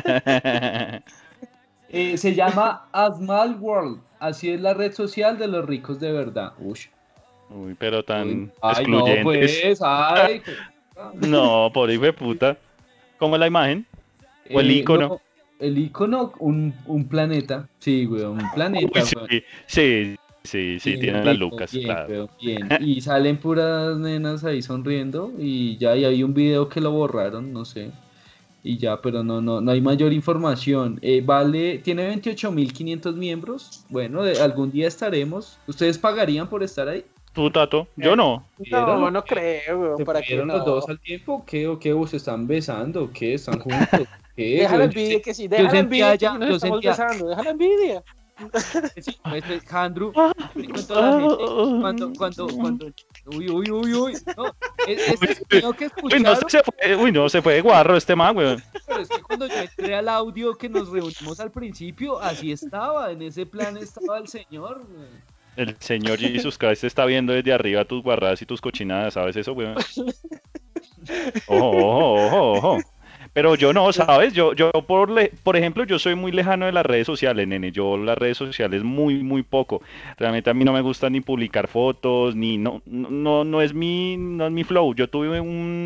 [SPEAKER 3] Se llama A Small World. Así es la red social de los ricos de verdad. Uy.
[SPEAKER 4] Uy, pero tan
[SPEAKER 3] Ay, no,
[SPEAKER 4] excluyentes.
[SPEAKER 3] pues, ay.
[SPEAKER 4] No, por hijo de puta. ¿Cómo es la imagen? O el icono.
[SPEAKER 3] No, el icono, un planeta. Sí, güey, un planeta.
[SPEAKER 4] Uy, sí,
[SPEAKER 3] Bien,
[SPEAKER 4] tienen las
[SPEAKER 3] rico,
[SPEAKER 4] lucas,
[SPEAKER 3] bien,
[SPEAKER 4] claro.
[SPEAKER 3] güey, bien. Y salen puras nenas ahí sonriendo. Y ya, y hay un video que lo borraron, no sé. Y ya, pero no hay mayor información. Tiene 28.500 miembros. Bueno, algún día estaremos. ¿Ustedes pagarían por estar ahí?
[SPEAKER 4] ¿Tú, Tato? Yo no.
[SPEAKER 2] No creo, weón.
[SPEAKER 3] ¿Se
[SPEAKER 2] ¿Para qué
[SPEAKER 3] fueron
[SPEAKER 2] no?
[SPEAKER 3] los dos al tiempo? ¿O qué? ¿O qué? ¿O se están besando? ¿O qué? ¿Están juntos? ¿Qué?
[SPEAKER 2] Deja la
[SPEAKER 3] Yo
[SPEAKER 2] envidia, que sí,
[SPEAKER 3] yo
[SPEAKER 2] deja la
[SPEAKER 3] sentía
[SPEAKER 2] envidia,
[SPEAKER 3] ya-
[SPEAKER 2] que nos
[SPEAKER 3] yo
[SPEAKER 2] estamos
[SPEAKER 3] sentía-
[SPEAKER 2] besando, deja la envidia.
[SPEAKER 3] Sí, Andrew, yo le cuento a la gente cuando, uy, no, tengo que
[SPEAKER 4] Uy, no se fue de guarro este man, weón.
[SPEAKER 3] pero es que cuando yo entré al audio que nos reunimos al principio, así estaba, en ese plan estaba el señor, güey.
[SPEAKER 4] El señor Jesus Christ está viendo desde arriba tus guarradas y tus cochinadas, ¿sabes eso, weón? Ojo. Pero yo no, ¿sabes? Yo por ejemplo, yo soy muy lejano de las redes sociales, nene. Yo las redes sociales muy poco. Realmente a mí no me gusta ni publicar fotos, no es mi flow. Yo tuve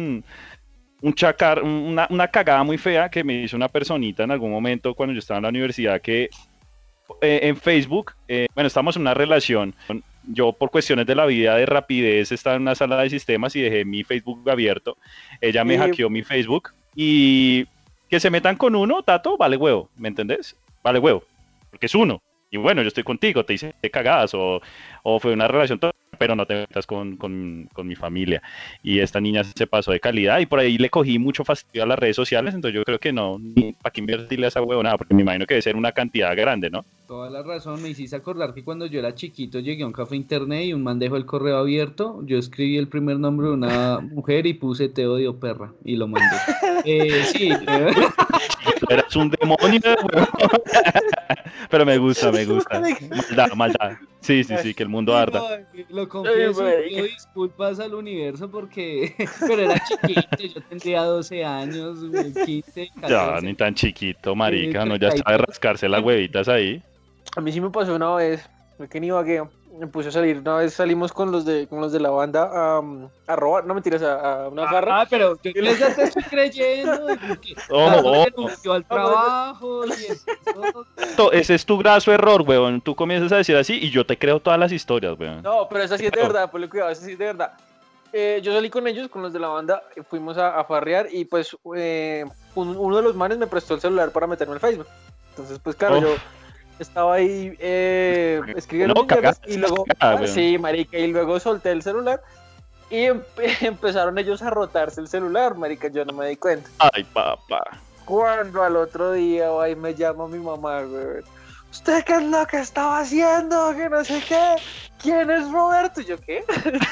[SPEAKER 4] una cagada muy fea que me hizo una personita en algún momento cuando yo estaba en la universidad que en Facebook, bueno, estamos en una relación. Yo por cuestiones de la vida de rapidez estaba en una sala de sistemas y dejé mi Facebook abierto. Ella me hackeó mi Facebook y que se metan con uno, Tato, vale huevo, ¿me entendés? Vale huevo, porque es uno. Y bueno, yo estoy contigo, te hice cagadas o fue una relación pero no te metas con mi familia. Y esta niña se pasó de calidad y por ahí le cogí mucho fastidio a las redes sociales, entonces yo creo que no, ni para qué invertirle a esa huevonada, porque me imagino que debe ser una cantidad grande, ¿no?
[SPEAKER 3] Toda la razón, me hiciste acordar que cuando yo era chiquito llegué a un café internet y un man dejó el correo abierto, yo escribí el primer nombre de una mujer y puse te odio perra y lo mandé. Sí,
[SPEAKER 4] Eres un demonio, weón. Pero me gusta. Maldad. Sí, que el mundo arda.
[SPEAKER 3] Lo confieso, pido disculpas al universo porque, pero era chiquito, yo tendría 12 años, 15, 14.
[SPEAKER 4] Ya, ni tan chiquito, marica, no, ya sabe rascarse las huevitas ahí.
[SPEAKER 2] A mí sí me pasó una vez, fue que en Ibagué me puse a salir, una vez salimos con los de la banda a robar, no mentiras, a una farra.
[SPEAKER 3] Pero yo ya te estoy creyendo, renunció al trabajo,
[SPEAKER 4] Ese es tu graso error, weón, tú comienzas a decir así y yo te creo todas las historias, weón.
[SPEAKER 2] No, pero esa sí es de verdad, ponle cuidado, esa sí es de verdad. Yo salí con ellos, con los de la banda, fuimos a farrear y pues uno de los manes me prestó el celular para meterme al Facebook. Entonces, pues claro, yo estaba ahí escribiendo y luego, sí, marica, y luego solté el celular y empezaron ellos a rotarse el celular, marica, yo no me di cuenta.
[SPEAKER 4] Ay, papá.
[SPEAKER 2] Cuando al otro día, ahí me llama mi mamá, güey. ¿Usted qué es lo que estaba haciendo? Que no sé qué. ¿Quién es Roberto? ¿Y yo qué?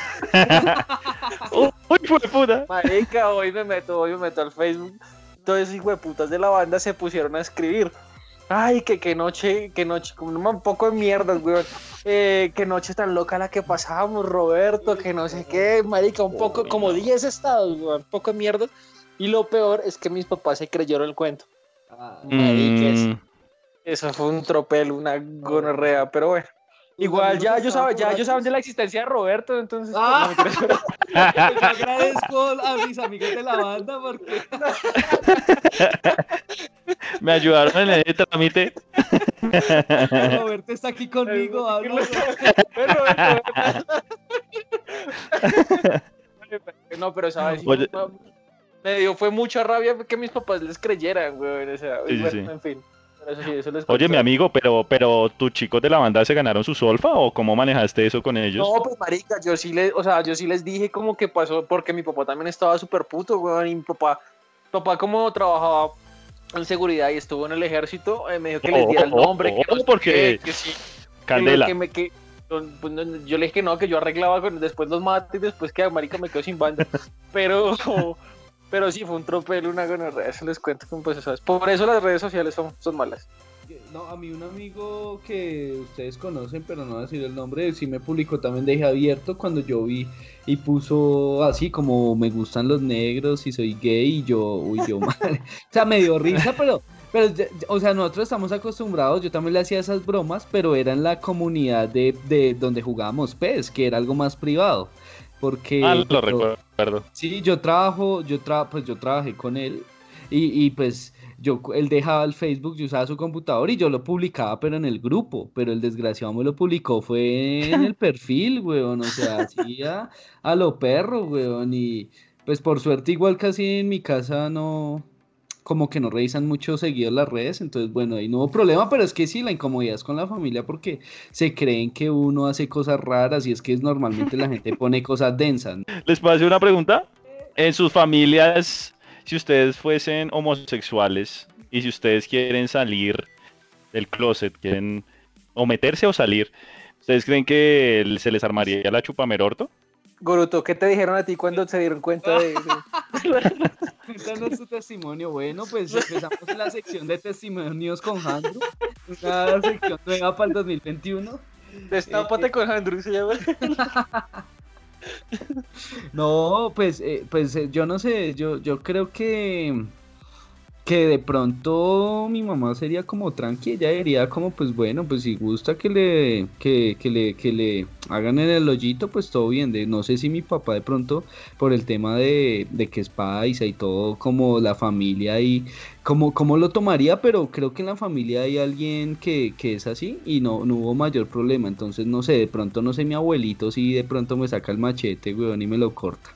[SPEAKER 4] Uy, puta.
[SPEAKER 2] Marica, hoy me meto al Facebook. Todos esos hijueputas de la banda se pusieron a escribir. Ay, que noche, como un poco de mierdas, güey. Qué noche tan loca la que pasábamos, Roberto, que no sé qué, marica, un poco, como 10 estados, güey, un poco de mierdas. Y lo peor es que mis papás se creyeron el cuento. Marica, eso fue un tropel, una gonorrea, pero bueno. Igual ya ellos saben de la existencia de Roberto, entonces...
[SPEAKER 3] Yo agradezco a mis amigos de la banda porque...
[SPEAKER 4] Me ayudaron en el trámite.
[SPEAKER 3] Roberto está aquí conmigo, habla.
[SPEAKER 2] No, pero sabes, fue mucha rabia que mis papás les creyeran, güey, o sea,
[SPEAKER 4] sí,
[SPEAKER 2] bueno,
[SPEAKER 4] sí.
[SPEAKER 2] En fin. Eso les
[SPEAKER 4] Oye, mi amigo, pero ¿tus chicos de la banda se ganaron su solfa o cómo manejaste eso con ellos?
[SPEAKER 2] No, pues marica, yo sí les dije como que pasó, porque mi papá también estaba súper puto, güey, y mi papá como trabajaba en seguridad y estuvo en el ejército, me dijo que les diera el nombre,
[SPEAKER 4] porque
[SPEAKER 2] sí,
[SPEAKER 4] Candela.
[SPEAKER 2] Yo le dije que no, que yo arreglaba después los mates y después que marica me quedo sin banda, pero sí, fue un tropel, una gonorrea, eso les cuento, pues, ¿sabes? Por eso las redes sociales son malas.
[SPEAKER 3] No, a mí un amigo que ustedes conocen, pero no voy a decir el nombre, sí me publicó también Deje Abierto cuando yo vi y puso así como me gustan los negros y soy gay y yo, madre. O sea, me dio risa, pero o sea, nosotros estamos acostumbrados, yo también le hacía esas bromas, pero era en la comunidad de donde jugábamos PES, que era algo más privado. Porque
[SPEAKER 4] lo recuerdo.
[SPEAKER 3] Sí, yo trabajé con él y pues él dejaba el Facebook, yo usaba su computador y yo lo publicaba, pero en el grupo, pero el desgraciado me lo publicó, fue en el perfil, weón, o sea, así a lo perro, weón, y pues por suerte igual casi en mi casa no, como que no revisan mucho seguido las redes, entonces bueno, ahí no hubo problema, pero es que sí, la incomodidad es con la familia porque se creen que uno hace cosas raras y es que normalmente la gente pone cosas densas, ¿no?
[SPEAKER 4] ¿Les puedo hacer una pregunta? En sus familias, si ustedes fuesen homosexuales y si ustedes quieren salir del closet, quieren o meterse o salir, ¿ustedes creen que se les armaría la chupamerorto?
[SPEAKER 2] Goruto, ¿qué te dijeron a ti cuando se dieron cuenta de...?
[SPEAKER 3] Cuéntanos tu testimonio. Bueno, pues empezamos la sección de testimonios con Andrew, una sección nueva para el 2021.
[SPEAKER 2] Destápate con Andrew, se llama.
[SPEAKER 3] No, pues yo no sé, yo creo que de pronto mi mamá sería como tranqui, ella diría como pues bueno, pues si gusta que le hagan en el hoyito, pues todo bien. No sé si mi papá de pronto por el tema de que es paisa y todo, como la familia y cómo lo tomaría, pero creo que en la familia hay alguien que es así y no hubo mayor problema, entonces no sé, de pronto no sé mi abuelito si de pronto me saca el machete, weón, y me lo corta.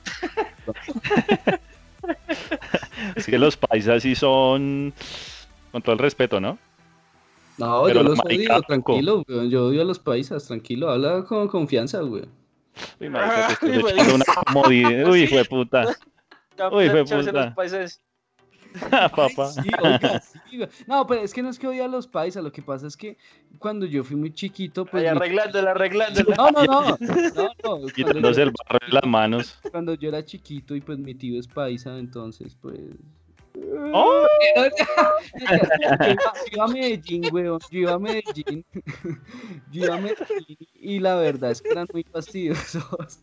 [SPEAKER 4] Es que los paisas sí son, con todo el respeto, ¿no?
[SPEAKER 3] No, pero yo los odio, tranquilo, weón. Yo odio a los paisas, tranquilo, habla con confianza, güey.
[SPEAKER 4] Uy, marica, te estás echando una comodidad. Uy, hijo de puta. Uy, fue
[SPEAKER 2] Echarse
[SPEAKER 4] puta.
[SPEAKER 2] los países.
[SPEAKER 4] Papá.
[SPEAKER 3] Sí, oiga, sí, güey. No, pero es que no es que odie a los paisas, lo que pasa es que cuando yo fui muy chiquito, pues...
[SPEAKER 2] Ahí arreglándola.
[SPEAKER 3] No,
[SPEAKER 4] Quitándose el barro de las manos.
[SPEAKER 3] cuando yo era chiquito y pues mi tío es paisa, entonces pues...
[SPEAKER 4] ¡Oh!
[SPEAKER 3] Yo iba a Medellín, weón, yo iba a Medellín y la verdad es que eran muy fastidiosos.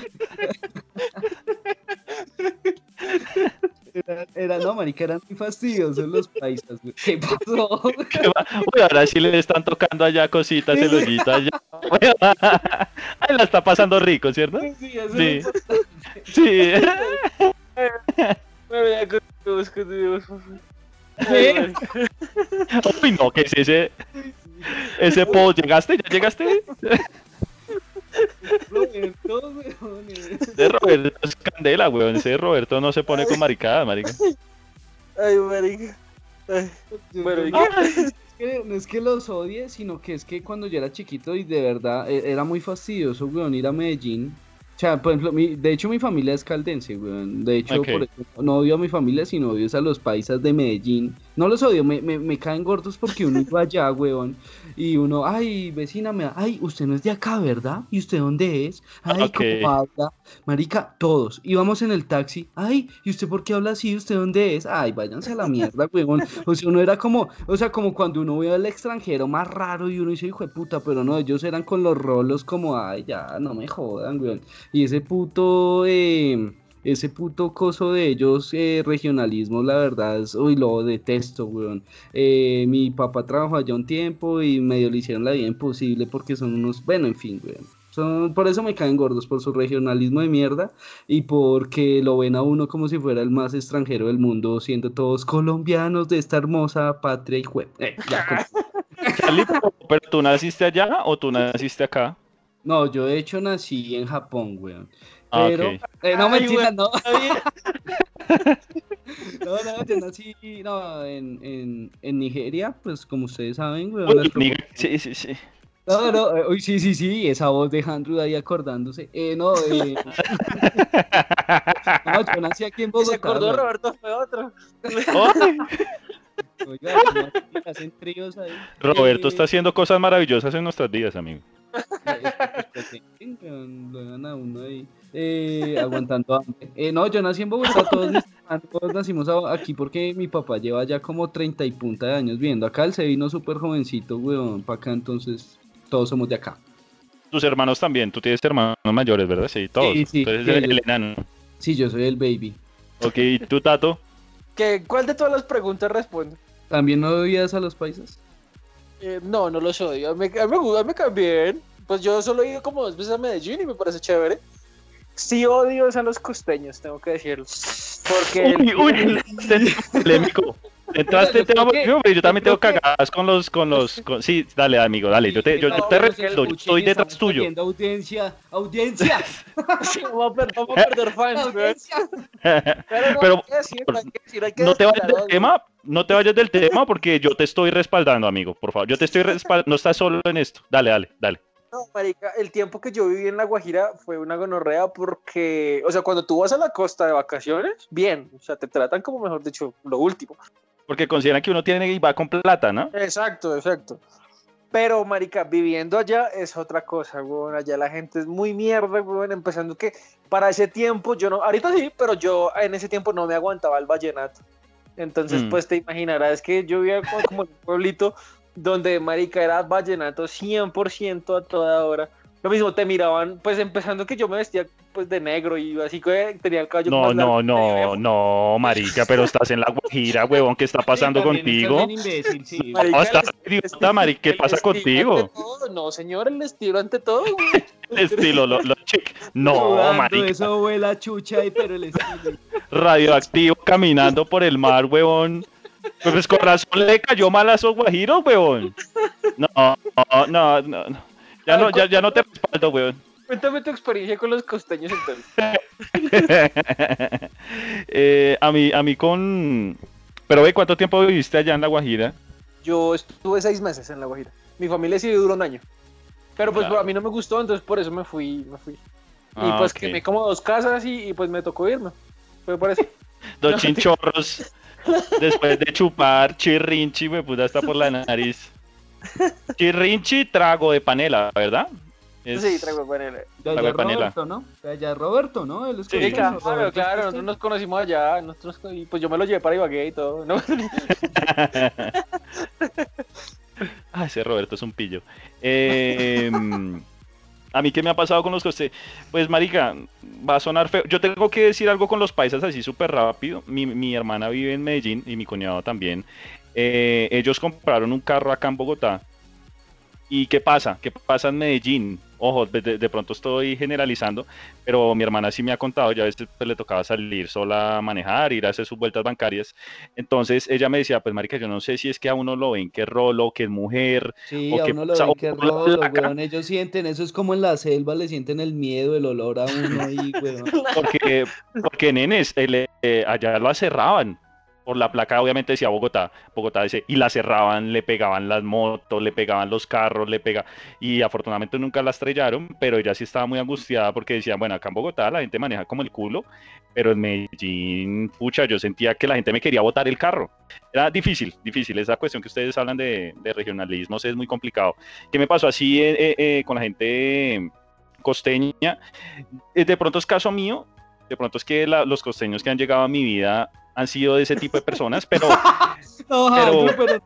[SPEAKER 3] No, marica, eran muy fastidiosos los paisas, güey. ¿Qué pasó?
[SPEAKER 4] Uy, ahora sí le están tocando allá cositas, cebollitas. Ay, la está pasando rico, ¿cierto?
[SPEAKER 3] Sí, eso
[SPEAKER 4] Sí.
[SPEAKER 3] es importante.
[SPEAKER 4] Sí.
[SPEAKER 2] Bueno, ya continuemos.
[SPEAKER 3] ¿Qué?
[SPEAKER 4] Uy, no, ¿qué es ese po? ¿Llegaste? ¿Ya llegaste?
[SPEAKER 3] Roberto, weón.
[SPEAKER 4] Ese Roberto es candela, weón. Ese Roberto no se pone con maricadas, marica.
[SPEAKER 2] Ay, marica. Ay. Bueno, ¿y qué?
[SPEAKER 3] No es que los odie, sino que es que cuando yo era chiquito y de verdad era muy fastidioso, weón, ir a Medellín. O sea, por ejemplo, de hecho mi familia es caldense, weón. De hecho,
[SPEAKER 4] Ok.
[SPEAKER 3] por eso, no odio a mi familia, sino odio a los paisas de Medellín. No los odio, me caen gordos porque uno iba allá, weón. Y uno, ay, vecina, ay, usted no es de acá, ¿verdad? ¿Y usted dónde es? Ay,
[SPEAKER 4] Ok.
[SPEAKER 3] ¿cómo habla? Marica, todos. Íbamos en el taxi, ay, ¿y usted por qué habla así? ¿Usted dónde es? Ay, váyanse a la mierda, weón. O sea, uno era como, o sea, como cuando uno ve al extranjero más raro y uno dice, hijo de puta, pero no, ellos eran con los rolos como, ay, ya, no me jodan, weón. Y ese puto coso de ellos, regionalismo, la verdad, uy, lo detesto, weón. Mi papá trabajó allá un tiempo y medio le hicieron la vida imposible porque son unos, bueno, en fin, weón. Por eso me caen gordos, por su regionalismo de mierda y porque lo ven a uno como si fuera el más extranjero del mundo, siendo todos colombianos de esta hermosa patria y
[SPEAKER 4] Charlie, ¿pero tú naciste allá o tú naciste acá?
[SPEAKER 3] No, yo de hecho nací en Japón, weón.
[SPEAKER 4] Ah,
[SPEAKER 3] Pero,
[SPEAKER 4] ok.
[SPEAKER 3] no,
[SPEAKER 2] Ay,
[SPEAKER 3] mentira,
[SPEAKER 2] güey,
[SPEAKER 3] no.
[SPEAKER 2] está bien.
[SPEAKER 3] No, yo nací en Nigeria, pues como ustedes saben, weón.
[SPEAKER 4] Uy, sí.
[SPEAKER 3] No, uy, sí, esa voz de Andrew ahí acordándose. No, yo nací aquí en
[SPEAKER 2] Y se
[SPEAKER 3] Bogotá,
[SPEAKER 2] acordó
[SPEAKER 3] weón.
[SPEAKER 2] Roberto fue otro.
[SPEAKER 4] Ay,
[SPEAKER 3] Oiga, como así, hacen tríos ahí.
[SPEAKER 4] Roberto está haciendo cosas maravillosas en nuestras vidas, amigo.
[SPEAKER 3] Lo dejan a uno ahí aguantando hambre. No, yo nací en Bogotá, todos nacimos aquí porque mi papá lleva ya como 30 y punta de años viviendo acá. Él se vino súper jovencito, weón, para acá, entonces todos somos de acá.
[SPEAKER 4] Tus hermanos también, tú tienes hermanos mayores, ¿verdad? Sí, todos.
[SPEAKER 3] Sí,
[SPEAKER 4] Tú eres
[SPEAKER 3] sí,
[SPEAKER 4] el enano.
[SPEAKER 3] Sí, yo soy el baby.
[SPEAKER 4] Ok, ¿y tú, Tato?
[SPEAKER 2] ¿Cuál de todas las preguntas responde?
[SPEAKER 3] ¿También no odias a los paisas?
[SPEAKER 2] No los odio. Me cae bien. Pues yo solo he ido como 2 veces a Medellín y me parece chévere. Sí odio es a los costeños, tengo que decirlo. Porque
[SPEAKER 4] Uy, polémico. Entraste en tema polémico, pero yo también tengo cagadas con... Sí, dale, amigo, dale. Yo te respondo, yo estoy detrás tuyo.
[SPEAKER 3] Audiencia.
[SPEAKER 2] Sí, vamos a perder fans, güey.
[SPEAKER 4] Pero
[SPEAKER 2] hay que
[SPEAKER 4] no te vayas
[SPEAKER 2] declarar
[SPEAKER 4] del
[SPEAKER 2] odio.
[SPEAKER 4] tema, no te vayas del tema porque yo te estoy respaldando, amigo, por favor. Yo te estoy respaldando, no estás solo en esto. Dale.
[SPEAKER 2] No, marica, el tiempo que yo viví en La Guajira fue una gonorrea porque, o sea, cuando tú vas a la costa de vacaciones, bien, o sea, te tratan como, mejor dicho, lo último.
[SPEAKER 4] Porque consideran que uno tiene y va con plata, ¿no?
[SPEAKER 2] Exacto. Pero, marica, viviendo allá es otra cosa, weón. Allá la gente es muy mierda, weón. Empezando que para ese tiempo yo no, ahorita sí, pero yo en ese tiempo no me aguantaba el vallenato. Entonces, pues te imaginarás que yo vivía como en un pueblito donde, marica, era vallenato 100% a toda hora. Lo mismo, te miraban, pues empezando que yo me vestía pues de negro y así que tenía el cabello más largo.
[SPEAKER 4] No, marica, pero estás en La Guajira, huevón, ¿qué está pasando contigo?
[SPEAKER 3] Sí.
[SPEAKER 2] Marica,
[SPEAKER 4] No, estás idiota, marica, ¿qué pasa contigo?
[SPEAKER 2] No, señor, el estilo ante todo, güey.
[SPEAKER 4] El estilo, lo chic. No, marica,
[SPEAKER 3] Eso huele a chucha ahí, pero el estilo.
[SPEAKER 4] radioactivo caminando por el mar, huevón. Pues con razón le cayó mal a esos guajiros, huevón. No. Ya no te respaldo, huevón.
[SPEAKER 2] Cuéntame tu experiencia con los costeños entonces.
[SPEAKER 4] A mí con... Pero ve, ¿cuánto tiempo viviste allá en La Guajira?
[SPEAKER 2] Yo estuve 6 meses en La Guajira. Mi familia sí duró un año. Pero pues
[SPEAKER 4] Claro.
[SPEAKER 2] a mí no me gustó, entonces por eso me fui. Y pues
[SPEAKER 4] ok.
[SPEAKER 2] quemé como 2 casas y pues me tocó irme. Fue por eso.
[SPEAKER 4] 2 chinchorros después de chupar chirrinchi, me puta hasta por la nariz. Chirrinchi, trago de panela, ¿verdad?
[SPEAKER 2] Sí, traigo panela.
[SPEAKER 3] De allá
[SPEAKER 4] Pago de
[SPEAKER 3] es
[SPEAKER 4] panela.
[SPEAKER 3] Roberto, ¿no? De allá es Roberto, ¿no? Él es
[SPEAKER 4] Sí,
[SPEAKER 2] Sí,
[SPEAKER 3] colombiano,
[SPEAKER 2] claro,
[SPEAKER 3] Roberto
[SPEAKER 2] claro,
[SPEAKER 3] es
[SPEAKER 2] nosotros nos conocimos allá, y pues yo me lo llevé para Ibagué y todo, ¿no?
[SPEAKER 4] Ah, ese Roberto es un pillo. A mí, ¿qué me ha pasado con los costeños? Pues, marica, va a sonar feo. Yo tengo que decir algo con los paisas así súper rápido. Mi hermana vive en Medellín y mi cuñado también. Ellos compraron un carro acá en Bogotá. ¿Y qué pasa? ¿Qué pasa en Medellín? Ojo, de pronto estoy generalizando, pero mi hermana sí me ha contado, ya a veces pues, le tocaba salir sola a manejar, ir a hacer sus vueltas bancarias. Entonces ella me decía, pues marica, yo no sé si es que a uno lo ven que es rolo, que es mujer,
[SPEAKER 3] Sí,
[SPEAKER 4] o
[SPEAKER 3] a
[SPEAKER 4] qué
[SPEAKER 3] uno lo
[SPEAKER 4] pasa,
[SPEAKER 3] ven
[SPEAKER 4] o
[SPEAKER 3] que
[SPEAKER 4] por la
[SPEAKER 3] rolo,
[SPEAKER 4] placa,
[SPEAKER 3] weón. Ellos sienten, eso es como en la selva, le sienten el miedo, el olor a uno ahí, weón.
[SPEAKER 4] porque nenes, allá la cerraban. Por la placa obviamente decía Bogotá, Bogotá dice, y la cerraban, le pegaban las motos, le pegaban los carros, y afortunadamente nunca la estrellaron, pero ella sí estaba muy angustiada porque decía, bueno, acá en Bogotá la gente maneja como el culo, pero en Medellín, pucha, yo sentía que la gente me quería botar el carro. Era difícil, difícil, esa cuestión que ustedes hablan de regionalismos es muy complicado. ¿Qué me pasó así con la gente costeña? De pronto es caso mío, de pronto es que los costeños que han llegado a mi vida han sido de ese tipo de personas, pero,
[SPEAKER 3] No,
[SPEAKER 4] pero,
[SPEAKER 3] Andrew,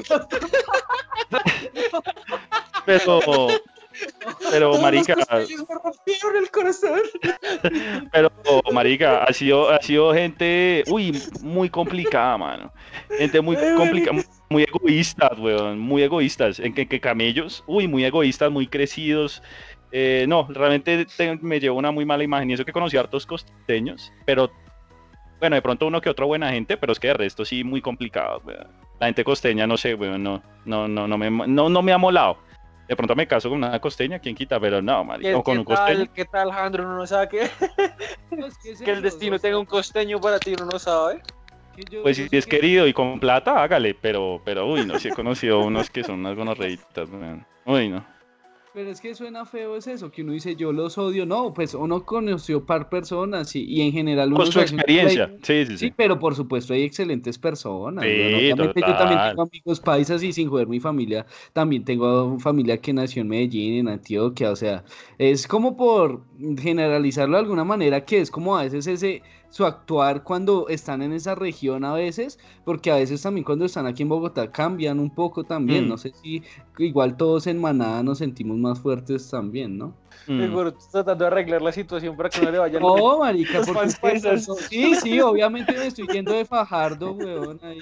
[SPEAKER 4] pero, marica,
[SPEAKER 2] Los costeños me rompieron el corazón.
[SPEAKER 4] pero, marica, ha sido gente, muy complicada, mano. Gente muy complicada, muy egoístas, weón, muy egoístas. En que camellos, muy egoístas, muy crecidos. No, realmente me llevo una muy mala imagen y eso que conocí a hartos costeños, pero bueno, de pronto uno que otro buena gente, pero es que de resto sí muy complicado, weón. La gente costeña, no sé, weón, no me ha molado. De pronto me caso con una costeña, quién quita, pero no, marica, o con un costeño.
[SPEAKER 2] ¿Qué tal, Jandro? Uno no sabe que el destino tenga un costeño para ti, uno no sabe.
[SPEAKER 4] Pues si es querido y con plata, hágale, pero, no, sí he conocido unos que son unas gonorreitas, weón. Uy, no.
[SPEAKER 3] Pero es que suena feo, es eso, que uno dice yo los odio. No, pues uno conoció par personas y en general uno
[SPEAKER 4] Con su
[SPEAKER 3] se hace un
[SPEAKER 4] experiencia,
[SPEAKER 3] play.
[SPEAKER 4] sí.
[SPEAKER 3] Sí, pero por supuesto hay excelentes personas,
[SPEAKER 4] Sí,
[SPEAKER 3] weón. Obviamente yo también
[SPEAKER 4] total.
[SPEAKER 3] tengo amigos paisas y sin joder mi familia, también tengo familia que nació en Medellín, en Antioquia, o sea, es como por generalizarlo de alguna manera, que es como a veces su actuar cuando están en esa región a veces, porque a veces también cuando están aquí en Bogotá cambian un poco también, no sé si igual todos en manada nos sentimos más fuertes también, ¿no?
[SPEAKER 2] Seguro, tratando de arreglar la situación para que no le vayan
[SPEAKER 3] No, marica,
[SPEAKER 2] los
[SPEAKER 3] porque
[SPEAKER 2] fans
[SPEAKER 3] es que de
[SPEAKER 2] paisas.
[SPEAKER 3] pronto- sí, obviamente me estoy yendo de Fajardo, weón, ahí.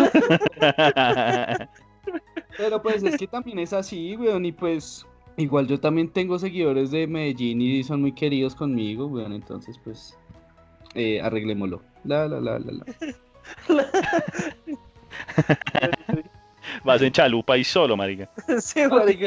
[SPEAKER 3] Pero pues es que también es así, weón, y pues igual yo también tengo seguidores de Medellín y son muy queridos conmigo, weón, entonces pues arreglémoslo. La.
[SPEAKER 4] Vas en chalupa y solo, marica.
[SPEAKER 2] Sí, marica.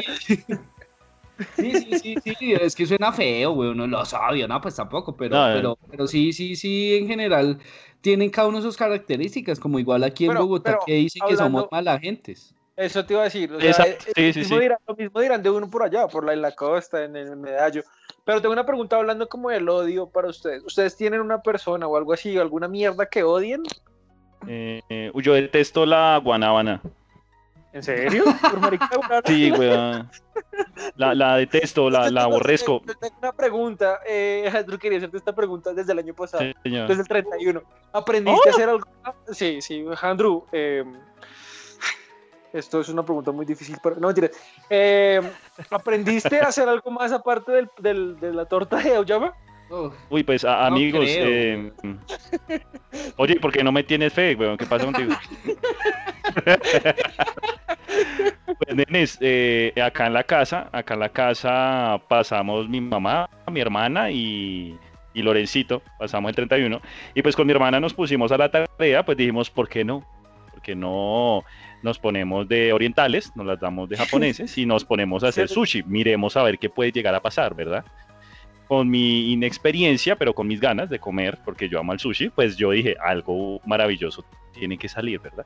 [SPEAKER 3] Sí, es que suena feo, weón, no lo odio, no, pues tampoco, pero sí, en general tienen cada uno sus características, como igual aquí en Bogotá
[SPEAKER 2] Pero
[SPEAKER 3] que dicen que somos
[SPEAKER 2] hablando,
[SPEAKER 3] mala gentes.
[SPEAKER 2] eso te iba a decir, o sea,
[SPEAKER 4] Exacto, sí.
[SPEAKER 2] lo mismo dirán de uno por allá, por la costa, en el Medallo. Pero tengo una pregunta hablando como del odio para ustedes. ¿Ustedes tienen una persona o algo así, alguna mierda que odien?
[SPEAKER 4] Yo detesto la guanábana.
[SPEAKER 2] ¿En serio? ¿Por marica guanábana?
[SPEAKER 4] Sí, weón. La detesto, la aborrezco.
[SPEAKER 2] Tengo una pregunta, Andrew, quería hacerte esta pregunta desde el año pasado,
[SPEAKER 4] Sí, señor.
[SPEAKER 2] desde el 31. ¿Aprendiste a hacer algo? Sí, Andrew, esto es una pregunta muy difícil, pero no, mentira. ¿Aprendiste a hacer algo más aparte de la torta de auyama?
[SPEAKER 3] Uf,
[SPEAKER 4] Uy, pues amigos,
[SPEAKER 3] creo,
[SPEAKER 4] oye, ¿por qué no me tienes fe, weón? ¿Qué pasa contigo? Pues, nenes, acá en la casa pasamos mi mamá, mi hermana y Lorencito, pasamos el 31, y pues con mi hermana nos pusimos a la tarea, pues dijimos, ¿por qué no? ¿Por qué no nos ponemos de orientales, nos las damos de japoneses y nos ponemos a hacer sushi? Miremos a ver qué puede llegar a pasar, ¿verdad? Con mi inexperiencia, pero con mis ganas de comer, porque yo amo el sushi, pues yo dije, algo maravilloso tiene que salir, ¿verdad?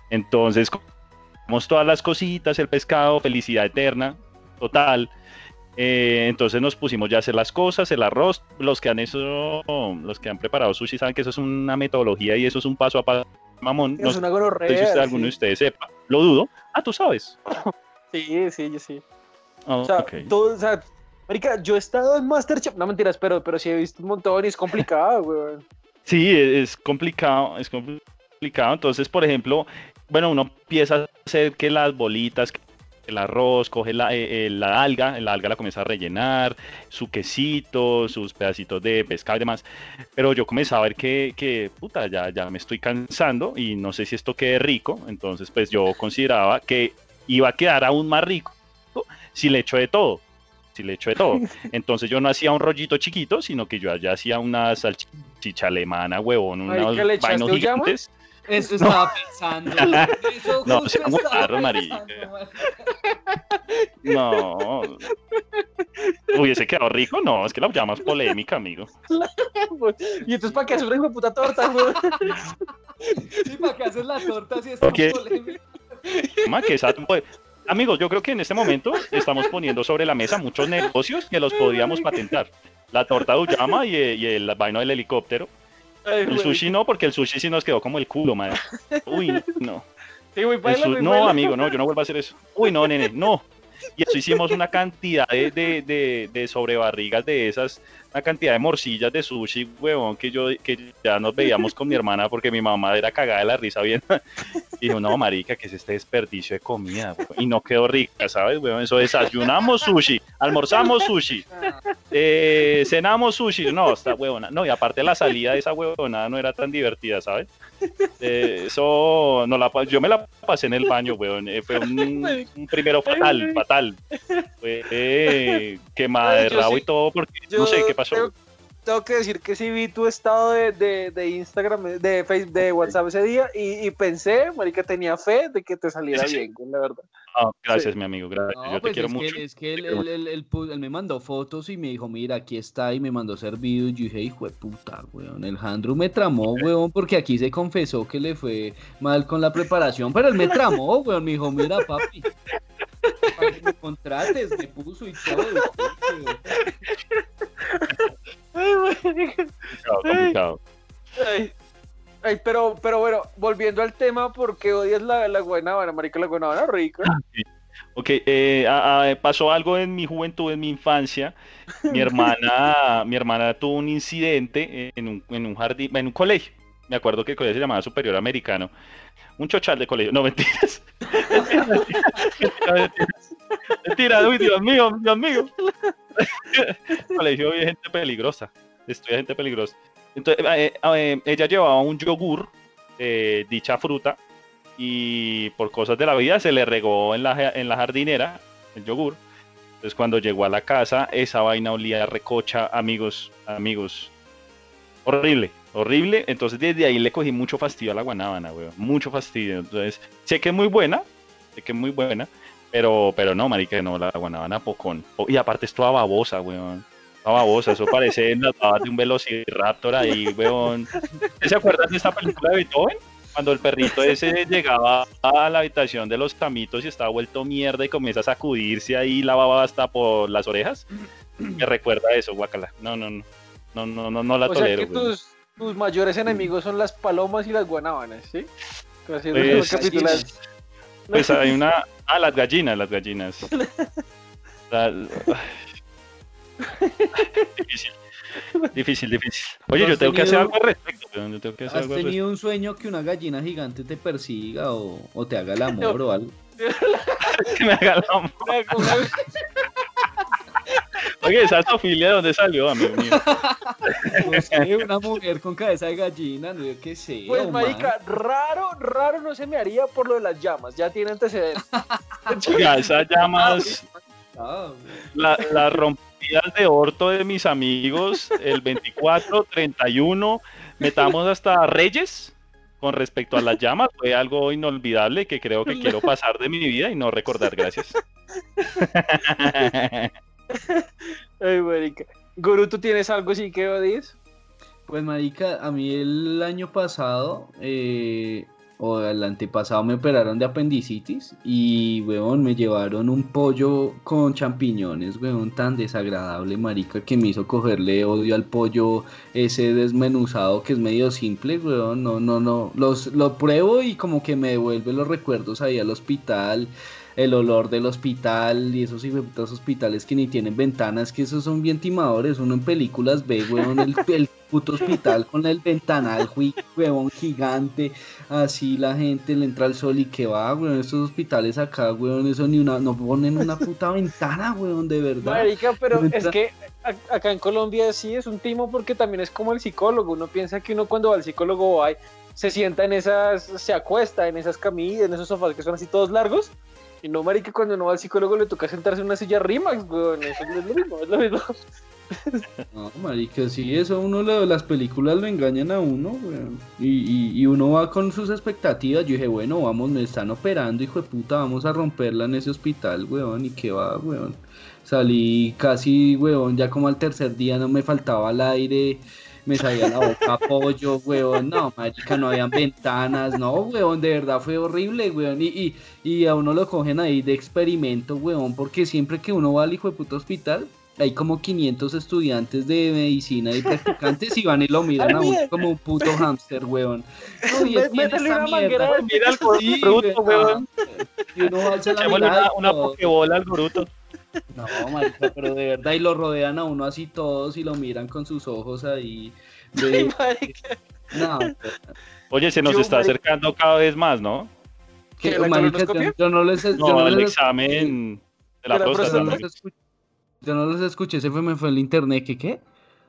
[SPEAKER 4] Entonces, comemos todas las cositas, el pescado, felicidad eterna, total. Entonces nos pusimos ya a hacer las cosas, el arroz. Los que han preparado sushi saben que eso es una metodología y eso es un paso a paso. Mamón, no
[SPEAKER 2] Es
[SPEAKER 4] sé
[SPEAKER 2] una
[SPEAKER 4] si
[SPEAKER 2] gonorrea.
[SPEAKER 4] alguno de ustedes sepa. Lo dudo. Ah, tú sabes.
[SPEAKER 2] Sí, sí, yo sí.
[SPEAKER 4] Ah,
[SPEAKER 2] O sea,
[SPEAKER 4] ok.
[SPEAKER 2] o sea, marica, yo he estado en MasterChef, no mentiras, pero sí he visto un montón y es complicado, güey.
[SPEAKER 4] Sí, es complicado, es complicado. Entonces, por ejemplo, bueno, uno empieza a hacer que las bolitas, que el arroz, coge la alga la comienza a rellenar, su quesito, sus pedacitos de pescado y demás. Pero yo comenzaba a ver que puta, ya me estoy cansando y no sé si esto quede rico. Entonces, pues yo consideraba que iba a quedar aún más rico si le echo de todo. Si le echo de todo. Entonces yo no hacía un rollito chiquito, sino que yo ya hacía una salchicha alemana, huevón,
[SPEAKER 2] Marica,
[SPEAKER 4] unos
[SPEAKER 2] ¿le echaste
[SPEAKER 4] vainos
[SPEAKER 2] uyama?
[SPEAKER 4] gigantes.
[SPEAKER 3] Eso estaba pensando. Eso
[SPEAKER 4] No,
[SPEAKER 3] justo
[SPEAKER 4] se
[SPEAKER 3] estaba
[SPEAKER 4] aguantaron, marica.
[SPEAKER 3] pensando, marica.
[SPEAKER 4] No. ¿Hubiese quedado rico? No, es que la llama es polémica, amigo.
[SPEAKER 2] Y entonces, ¿para qué hacer una hijo de puta torta, güey?
[SPEAKER 3] Sí, ¿para qué haces la torta si es tan
[SPEAKER 4] Porque-
[SPEAKER 3] polémica?
[SPEAKER 4] Ma, que amigos, yo creo que en este momento estamos poniendo sobre la mesa muchos negocios que los podríamos patentar. La torta de Uyama y el vaino del helicóptero.
[SPEAKER 2] Ay,
[SPEAKER 4] El
[SPEAKER 2] güey.
[SPEAKER 4] sushi no, porque el sushi sí nos quedó como el culo, madre. Uy, no.
[SPEAKER 2] Sí, güey, baila, güey,
[SPEAKER 4] No,
[SPEAKER 2] baila.
[SPEAKER 4] amigo, no, yo no vuelvo a hacer eso. Uy, no, nene, no. Y eso hicimos una cantidad de sobrebarrigas de esas, una cantidad de morcillas de sushi, huevón, que ya nos veíamos con mi hermana porque mi mamá era cagada de la risa bien. Y dijo, no, marica, ¿qué es este desperdicio de comida? Huevón? Y no quedó rica, ¿sabes, huevón? Eso desayunamos sushi, almorzamos sushi, cenamos sushi. No, está huevona. No, y aparte la salida de esa huevonada no era tan divertida, ¿sabes? Eso yo me la pasé en el baño, weón. Fue un primero fatal. Fue quemada de
[SPEAKER 2] Yo
[SPEAKER 4] rabo
[SPEAKER 2] sí-
[SPEAKER 4] y todo, porque
[SPEAKER 2] Yo
[SPEAKER 4] no sé qué pasó.
[SPEAKER 2] tengo que decir que sí vi tu estado de Instagram, de Facebook, de WhatsApp ese día y pensé, marica, tenía fe de que te saliera
[SPEAKER 4] Sí, sí.
[SPEAKER 2] bien, la verdad.
[SPEAKER 4] Ah, gracias, mi amigo, gracias.
[SPEAKER 3] No,
[SPEAKER 4] Yo te
[SPEAKER 3] pues
[SPEAKER 4] quiero
[SPEAKER 3] es
[SPEAKER 4] mucho.
[SPEAKER 3] que, es que
[SPEAKER 4] Te quiero mucho.
[SPEAKER 3] él me mandó fotos y me dijo, mira, aquí está, y me mandó servido. Y yo dije, hijo de puta, weón. El Jandro me tramó, weón, porque aquí se confesó que le fue mal con la preparación, pero él me tramó, weón. Me dijo, mira, papi, para que me contrates, me puso y todo. weón.
[SPEAKER 2] Ay, marica.
[SPEAKER 4] Complicado.
[SPEAKER 2] Ay, pero bueno, volviendo al tema, ¿por qué odias la guanábana, marica? La guanábana rica.
[SPEAKER 4] Ok, pasó algo en mi juventud, en mi infancia. Mi hermana tuvo un incidente en un jardín, en un colegio. Me acuerdo que el colegio se llamaba Superior Americano. Un chochal de colegio. No, mentiras. Mentira, uy, Dios mío, Dios mío. Colegio de gente peligrosa. Estudia gente peligrosa. Entonces, ella llevaba un yogur, dicha fruta, y por cosas de la vida se le regó en la jardinera el yogur. Entonces, cuando llegó a la casa, esa vaina olía a recocha, amigos. Horrible. Entonces, desde ahí le cogí mucho fastidio a la guanábana, weón. Mucho fastidio. Entonces, sé que es muy buena, pero no, marica, no, la guanábana pocón. Y aparte es toda babosa, weón. Toda babosa, eso parece las babas de un velociraptor ahí, weón. ¿Se acuerdan de esta película de Beethoven? Cuando el perrito ese llegaba a la habitación de los tamitos y estaba vuelto mierda y comienza a sacudirse ahí la baba hasta por las orejas. Me recuerda a eso, guacala. No la
[SPEAKER 2] O sea
[SPEAKER 4] tolero,
[SPEAKER 2] que
[SPEAKER 4] weón.
[SPEAKER 2] tus mayores enemigos son las palomas y las guanábanas, ¿sí? Así
[SPEAKER 4] Pues,
[SPEAKER 2] los capítulos.
[SPEAKER 4] Pues hay una... Ah, las gallinas. Difícil. Oye,
[SPEAKER 3] ¿Tú
[SPEAKER 4] yo
[SPEAKER 3] has
[SPEAKER 4] tengo que hacer
[SPEAKER 3] tenido-
[SPEAKER 4] algo al respecto, weón. Yo tengo que hacer
[SPEAKER 3] ¿Has
[SPEAKER 4] algo al respecto.
[SPEAKER 3] tenido un sueño que una gallina gigante te persiga o te haga el amor o algo?
[SPEAKER 4] Que me haga la amor. Oye, esa zoofilia, ¿de dónde salió, amigo mío?
[SPEAKER 3] No sé, una mujer con cabeza de gallina, no yo qué sé.
[SPEAKER 2] Pues,
[SPEAKER 3] o
[SPEAKER 2] marica, raro no se me haría por lo de las llamas, ya tiene antecedentes.
[SPEAKER 4] Chica, esas llamas,
[SPEAKER 3] Ah,
[SPEAKER 4] las rompidas de orto de mis amigos, el 24, 31, metamos hasta Reyes. Con respecto a las llamas, fue algo inolvidable que creo que quiero pasar de mi vida y no recordar, gracias.
[SPEAKER 2] Ay, marica. Guru, ¿tú tienes algo así que odies?
[SPEAKER 3] Pues marica, a mí el año pasado o el antepasado me operaron de apendicitis y, weón, me llevaron un pollo con champiñones, weón, tan desagradable, marica, que me hizo cogerle odio al pollo ese desmenuzado que es medio simple, weón, no, lo pruebo y como que me devuelve los recuerdos ahí al hospital, el olor del hospital y esos hijueputas hospitales que ni tienen ventanas, que esos son bien timadores, uno en películas ve, weón, el puto hospital con el ventanal, weón, gigante, así la gente le entra el sol y que va, weón, estos hospitales acá, weón, eso no ponen una puta ventana, weón, de verdad.
[SPEAKER 2] Marica, pero es que acá en Colombia sí es un timo porque también es como el psicólogo, uno piensa que uno cuando va al psicólogo se sienta se acuesta en esas camillas, en esos sofás que son así todos largos. Y no, marica, cuando uno va al psicólogo le toca sentarse en una silla Rimax, weón. Eso no es lo mismo, es lo mismo.
[SPEAKER 3] No, marica, sí, eso las películas lo engañan a uno, weón. Y uno va con sus expectativas. Yo dije, bueno, vamos, me están operando, hijo de puta, vamos a romperla en ese hospital, weón. ¿Y qué va, weón? Salí casi, weón, ya como al tercer día no me faltaba el aire. Me salía la boca pollo, weón, no, marica, no habían ventanas, no, weón, de verdad fue horrible, weón, y a uno lo cogen ahí de experimento, weón, porque siempre que uno va al hijo de puto hospital, hay como 500 estudiantes de medicina y practicantes y van y lo miran a uno como un puto hámster, weón. No, y es
[SPEAKER 2] Métele una manguera de
[SPEAKER 4] Mira al
[SPEAKER 3] Sí,
[SPEAKER 4] bruto, weón.
[SPEAKER 3] Y uno va a hacer la
[SPEAKER 4] Echémosle
[SPEAKER 3] mirada y
[SPEAKER 4] una
[SPEAKER 3] todo.
[SPEAKER 4] pokebola al bruto.
[SPEAKER 3] No, marica, pero de verdad, y lo rodean a uno así todos y lo miran con sus ojos ahí.
[SPEAKER 2] Ay, marica.
[SPEAKER 3] No,
[SPEAKER 4] Oye, se nos
[SPEAKER 2] Yo,
[SPEAKER 4] está
[SPEAKER 2] marica.
[SPEAKER 4] acercando cada vez más, ¿no?
[SPEAKER 3] que,
[SPEAKER 2] ¿La
[SPEAKER 3] marica,
[SPEAKER 2] colonoscopia?
[SPEAKER 3] yo no les
[SPEAKER 4] No, el
[SPEAKER 3] les-
[SPEAKER 4] examen de la
[SPEAKER 2] de la
[SPEAKER 4] próstata.
[SPEAKER 3] yo no
[SPEAKER 2] próstata.
[SPEAKER 3] los escuché, yo no los escuché, me fue el internet, ¿qué?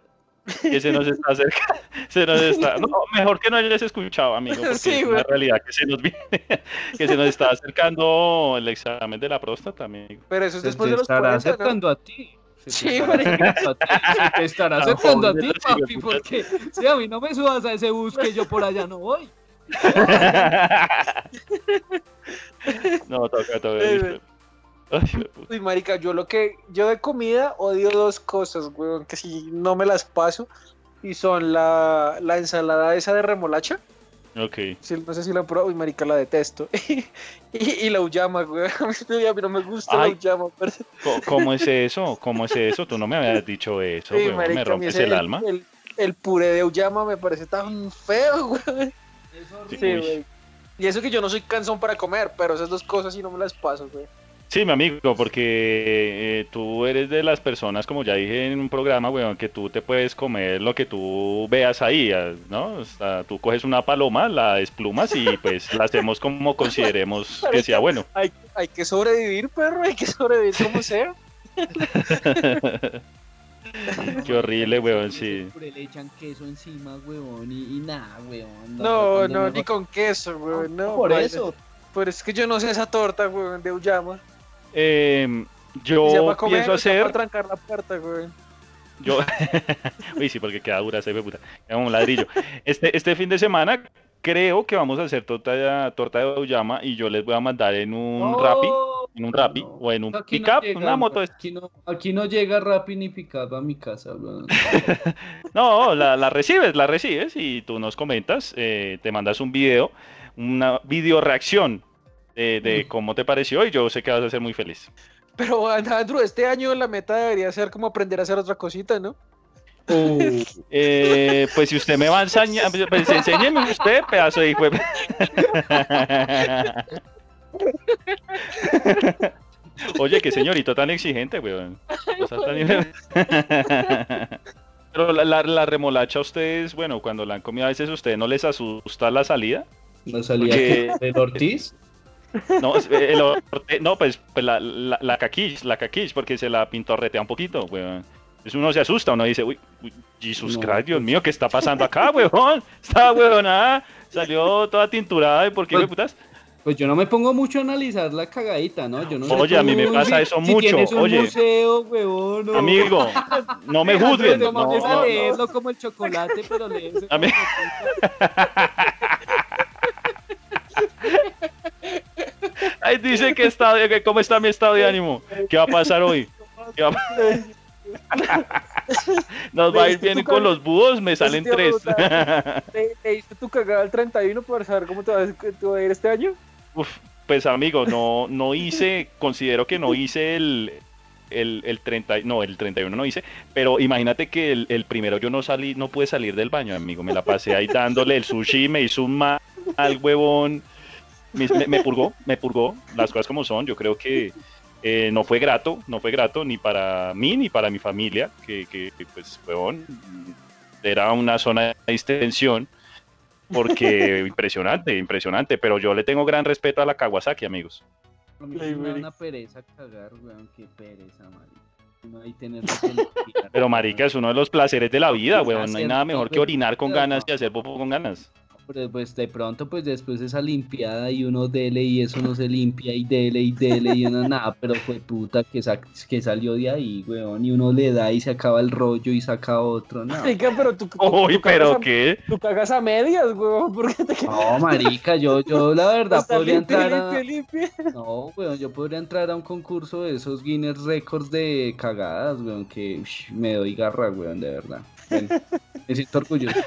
[SPEAKER 4] Que se nos está acercando. Se nos está... No, mejor que no hayas escuchado, amigo, porque
[SPEAKER 2] Sí,
[SPEAKER 4] es una
[SPEAKER 2] güey.
[SPEAKER 4] realidad que se nos viene, que se nos está acercando el examen de la próstata, amigo.
[SPEAKER 2] Pero eso es
[SPEAKER 3] Se
[SPEAKER 2] después
[SPEAKER 3] te
[SPEAKER 2] de los
[SPEAKER 3] estará
[SPEAKER 2] 40, ¿no?
[SPEAKER 3] acercando a ti.
[SPEAKER 2] Sí, marica.
[SPEAKER 3] Se te estará
[SPEAKER 4] Tan
[SPEAKER 3] acercando a
[SPEAKER 4] joven
[SPEAKER 3] ti,
[SPEAKER 4] de los
[SPEAKER 3] papi,
[SPEAKER 4] hijueputas.
[SPEAKER 3] porque si a mí no me subas a ese bus que yo por allá no voy.
[SPEAKER 4] No, toca.
[SPEAKER 2] Ay, güey.
[SPEAKER 4] Ay, hijo de puta.
[SPEAKER 2] Uy, marica, yo de comida odio dos cosas, weón, que si no me las paso, y son la ensalada esa de remolacha,
[SPEAKER 4] Ok.
[SPEAKER 2] no sé si la han probado, uy, marica, la detesto, y la uyama, weón, a mí no me gusta
[SPEAKER 4] Ay.
[SPEAKER 2] la uyama, pero...
[SPEAKER 4] ¿Cómo es eso? ¿Cómo es eso? Tú no me habías dicho eso,
[SPEAKER 2] Sí,
[SPEAKER 4] weón. Me
[SPEAKER 2] marica, a mí
[SPEAKER 4] rompes
[SPEAKER 2] ese-
[SPEAKER 4] el alma.
[SPEAKER 2] el puré de uyama me parece tan feo, weón. Sí,
[SPEAKER 4] Uy.
[SPEAKER 2] güey. Y eso que yo no soy cansón para comer, pero esas dos cosas sí no me las paso, güey.
[SPEAKER 4] Sí, mi amigo, porque tú eres de las personas, como ya dije en un programa, weón, que tú te puedes comer lo que tú veas ahí, ¿no? O sea, tú coges una paloma, la desplumas y pues la hacemos como consideremos que sea bueno.
[SPEAKER 2] Hay que sobrevivir, perro, hay que sobrevivir como sea.
[SPEAKER 4] Qué horrible, weón, sí.
[SPEAKER 3] Siempre le echan queso encima, huevón, y nada, huevón.
[SPEAKER 2] No, ni con queso, güey, no.
[SPEAKER 3] Por
[SPEAKER 2] baila.
[SPEAKER 3] eso.
[SPEAKER 2] Pero es que yo no sé esa torta, güey, de uyama.
[SPEAKER 4] Yo
[SPEAKER 2] Ya para comer,
[SPEAKER 4] pienso
[SPEAKER 2] ya para
[SPEAKER 4] hacer...
[SPEAKER 2] trancar la puerta, güey.
[SPEAKER 4] Yo... Uy, sí, porque queda dura esa hijo de puta. Queda como un ladrillo. Este fin de semana creo que vamos a hacer torta de auyama y yo les voy a mandar en un Rappi, o en un
[SPEAKER 3] Aquí no
[SPEAKER 4] pickup,
[SPEAKER 3] llega,
[SPEAKER 4] una moto.
[SPEAKER 3] Aquí no llega Rappi ni Pickup a mi casa, weón.
[SPEAKER 4] No, la recibes y tú nos comentas, te mandas un video, una video reacción de cómo te pareció y yo sé que vas a ser muy feliz.
[SPEAKER 2] Pero, Andrew, este año la meta debería ser como aprender a hacer otra cosita, ¿no?
[SPEAKER 4] Pues si usted me va a enseñar, pues enséñeme usted, pedazo de hijo de... Oye, qué señorito tan exigente, weón. O sea, Pero la remolacha a ustedes, bueno, cuando la han comido a veces, ¿ustedes no les asusta la salida?
[SPEAKER 3] ¿No salía
[SPEAKER 4] Porque-
[SPEAKER 3] del Ortiz?
[SPEAKER 4] No, no pues la caquiche, porque se la pintorretea un poquito, weón. Entonces uno se asusta, uno dice, uy, Jesus
[SPEAKER 3] No,
[SPEAKER 4] Christ, Dios mío, ¿qué está pasando acá, weón? Esta weonada salió toda tinturada, ¿y por qué,
[SPEAKER 3] Pues,
[SPEAKER 4] putas?
[SPEAKER 3] Pues yo no me pongo mucho a analizar la cagadita, ¿no? Yo no sé
[SPEAKER 4] Oye, a mí me
[SPEAKER 3] tú,
[SPEAKER 4] pasa eso
[SPEAKER 3] si
[SPEAKER 4] mucho,
[SPEAKER 3] tienes un
[SPEAKER 4] oye.
[SPEAKER 3] museo, huevón, no.
[SPEAKER 4] Amigo, no me
[SPEAKER 3] Alejandro,
[SPEAKER 4] juzguen.
[SPEAKER 3] te
[SPEAKER 4] No,
[SPEAKER 3] pones a
[SPEAKER 4] no.
[SPEAKER 3] leerlo como el chocolate, pero lees.
[SPEAKER 4] A mí- Ahí dice que cómo está mi estado de ánimo. ¿Qué va a pasar hoy? ¿Qué va a- Nos va a ir bien con los búhos, me salen
[SPEAKER 2] Eso te iba
[SPEAKER 4] 3.
[SPEAKER 2] a ¿Te diste tu cagada al 31 para saber cómo te va a ir este año?
[SPEAKER 4] Uf, pues amigo, no hice, considero que no hice el 30, no, el 31 no hice, pero imagínate que el primero yo no pude salir del baño, amigo, me la pasé ahí dándole el sushi, me hizo un mal huevón, me purgó, las cosas como son, yo creo que no fue grato ni para mí ni para mi familia, que pues, huevón, era una zona de distensión, porque impresionante, pero yo le tengo gran respeto a la Kawasaki, amigos.
[SPEAKER 3] A mí sí me da una pereza cagar, weón, qué pereza, marica. No hay tener que limpiar.
[SPEAKER 4] Pero marica, es uno de los placeres de la vida,
[SPEAKER 3] Pues,
[SPEAKER 4] weón, no hay nada mejor que orinar con ganas y hacer popó con ganas.
[SPEAKER 3] Pero pues de pronto, pues después de esa limpiada y uno dele y eso no se limpia y dele y uno nada, pero fue puta que salió de ahí, weón, y uno le da y se acaba el rollo y saca otro, no.
[SPEAKER 2] Marica, pero tú
[SPEAKER 4] Uy, pero ¿qué?
[SPEAKER 2] tú cagas a medias, weón, ¿por qué te
[SPEAKER 3] No, marica, yo la verdad
[SPEAKER 2] Está
[SPEAKER 3] podría
[SPEAKER 2] limpia,
[SPEAKER 3] entrar a...
[SPEAKER 2] limpia.
[SPEAKER 3] No, weón, yo podría entrar a un concurso de esos Guinness Records de cagadas, weón, que me doy garra, weón, de verdad. Bueno, me siento orgulloso.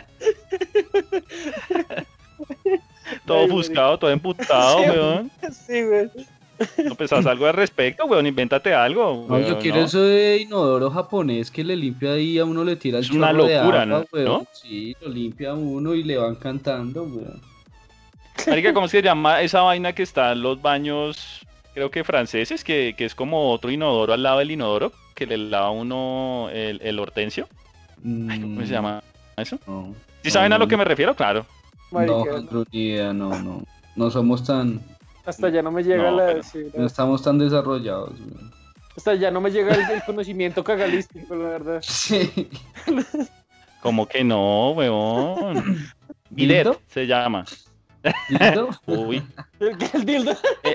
[SPEAKER 4] Todo ofuscado, todo emputado,
[SPEAKER 2] Sí,
[SPEAKER 4] weón.
[SPEAKER 2] Sí, weón.
[SPEAKER 4] No pensás algo al respecto, weón, invéntate algo.
[SPEAKER 3] No, yo
[SPEAKER 4] weón,
[SPEAKER 3] quiero
[SPEAKER 4] ¿no?
[SPEAKER 3] eso de inodoro japonés que le limpia ahí a uno, le tira el
[SPEAKER 4] Es una
[SPEAKER 3] chorro de
[SPEAKER 4] locura,
[SPEAKER 3] agua,
[SPEAKER 4] ¿no?
[SPEAKER 3] weón.
[SPEAKER 4] ¿No?
[SPEAKER 3] Sí, lo limpia a uno y le van cantando, weón.
[SPEAKER 4] Marica, ¿cómo se llama esa vaina que está en los baños, creo que franceses, que es como otro inodoro al lado del inodoro, que le lava a uno el hortensio? Ay, ¿cómo se llama eso?
[SPEAKER 3] No,
[SPEAKER 4] ¿Sí saben a lo que me refiero? Claro.
[SPEAKER 3] no,
[SPEAKER 2] Marica,
[SPEAKER 3] Andrew, ni idea, no. No somos tan,
[SPEAKER 2] hasta ya no me llega
[SPEAKER 4] No,
[SPEAKER 2] la...
[SPEAKER 4] pero-
[SPEAKER 2] sí,
[SPEAKER 3] no estamos tan desarrollados, weón.
[SPEAKER 2] hasta ya no me llega el conocimiento cagalístico, la verdad.
[SPEAKER 3] Sí.
[SPEAKER 4] Como que no, weón. Bidet
[SPEAKER 3] ¿Dildo?
[SPEAKER 4] se llama.
[SPEAKER 3] ¿Listo?
[SPEAKER 4] Uy.
[SPEAKER 2] El dildo.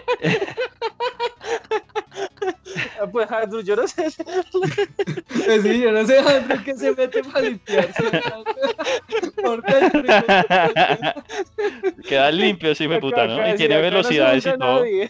[SPEAKER 2] Ah, pues Andrew, yo no sé.
[SPEAKER 3] Pues sí, yo no sé Andrew qué se mete para limpiarse. Ahorita yo creo
[SPEAKER 4] Queda limpio, sí, me puta, ¿no? Y
[SPEAKER 2] Acá
[SPEAKER 4] tiene
[SPEAKER 2] sí, acá no se
[SPEAKER 4] velocidades y
[SPEAKER 2] usa
[SPEAKER 4] todo.
[SPEAKER 2] nadie.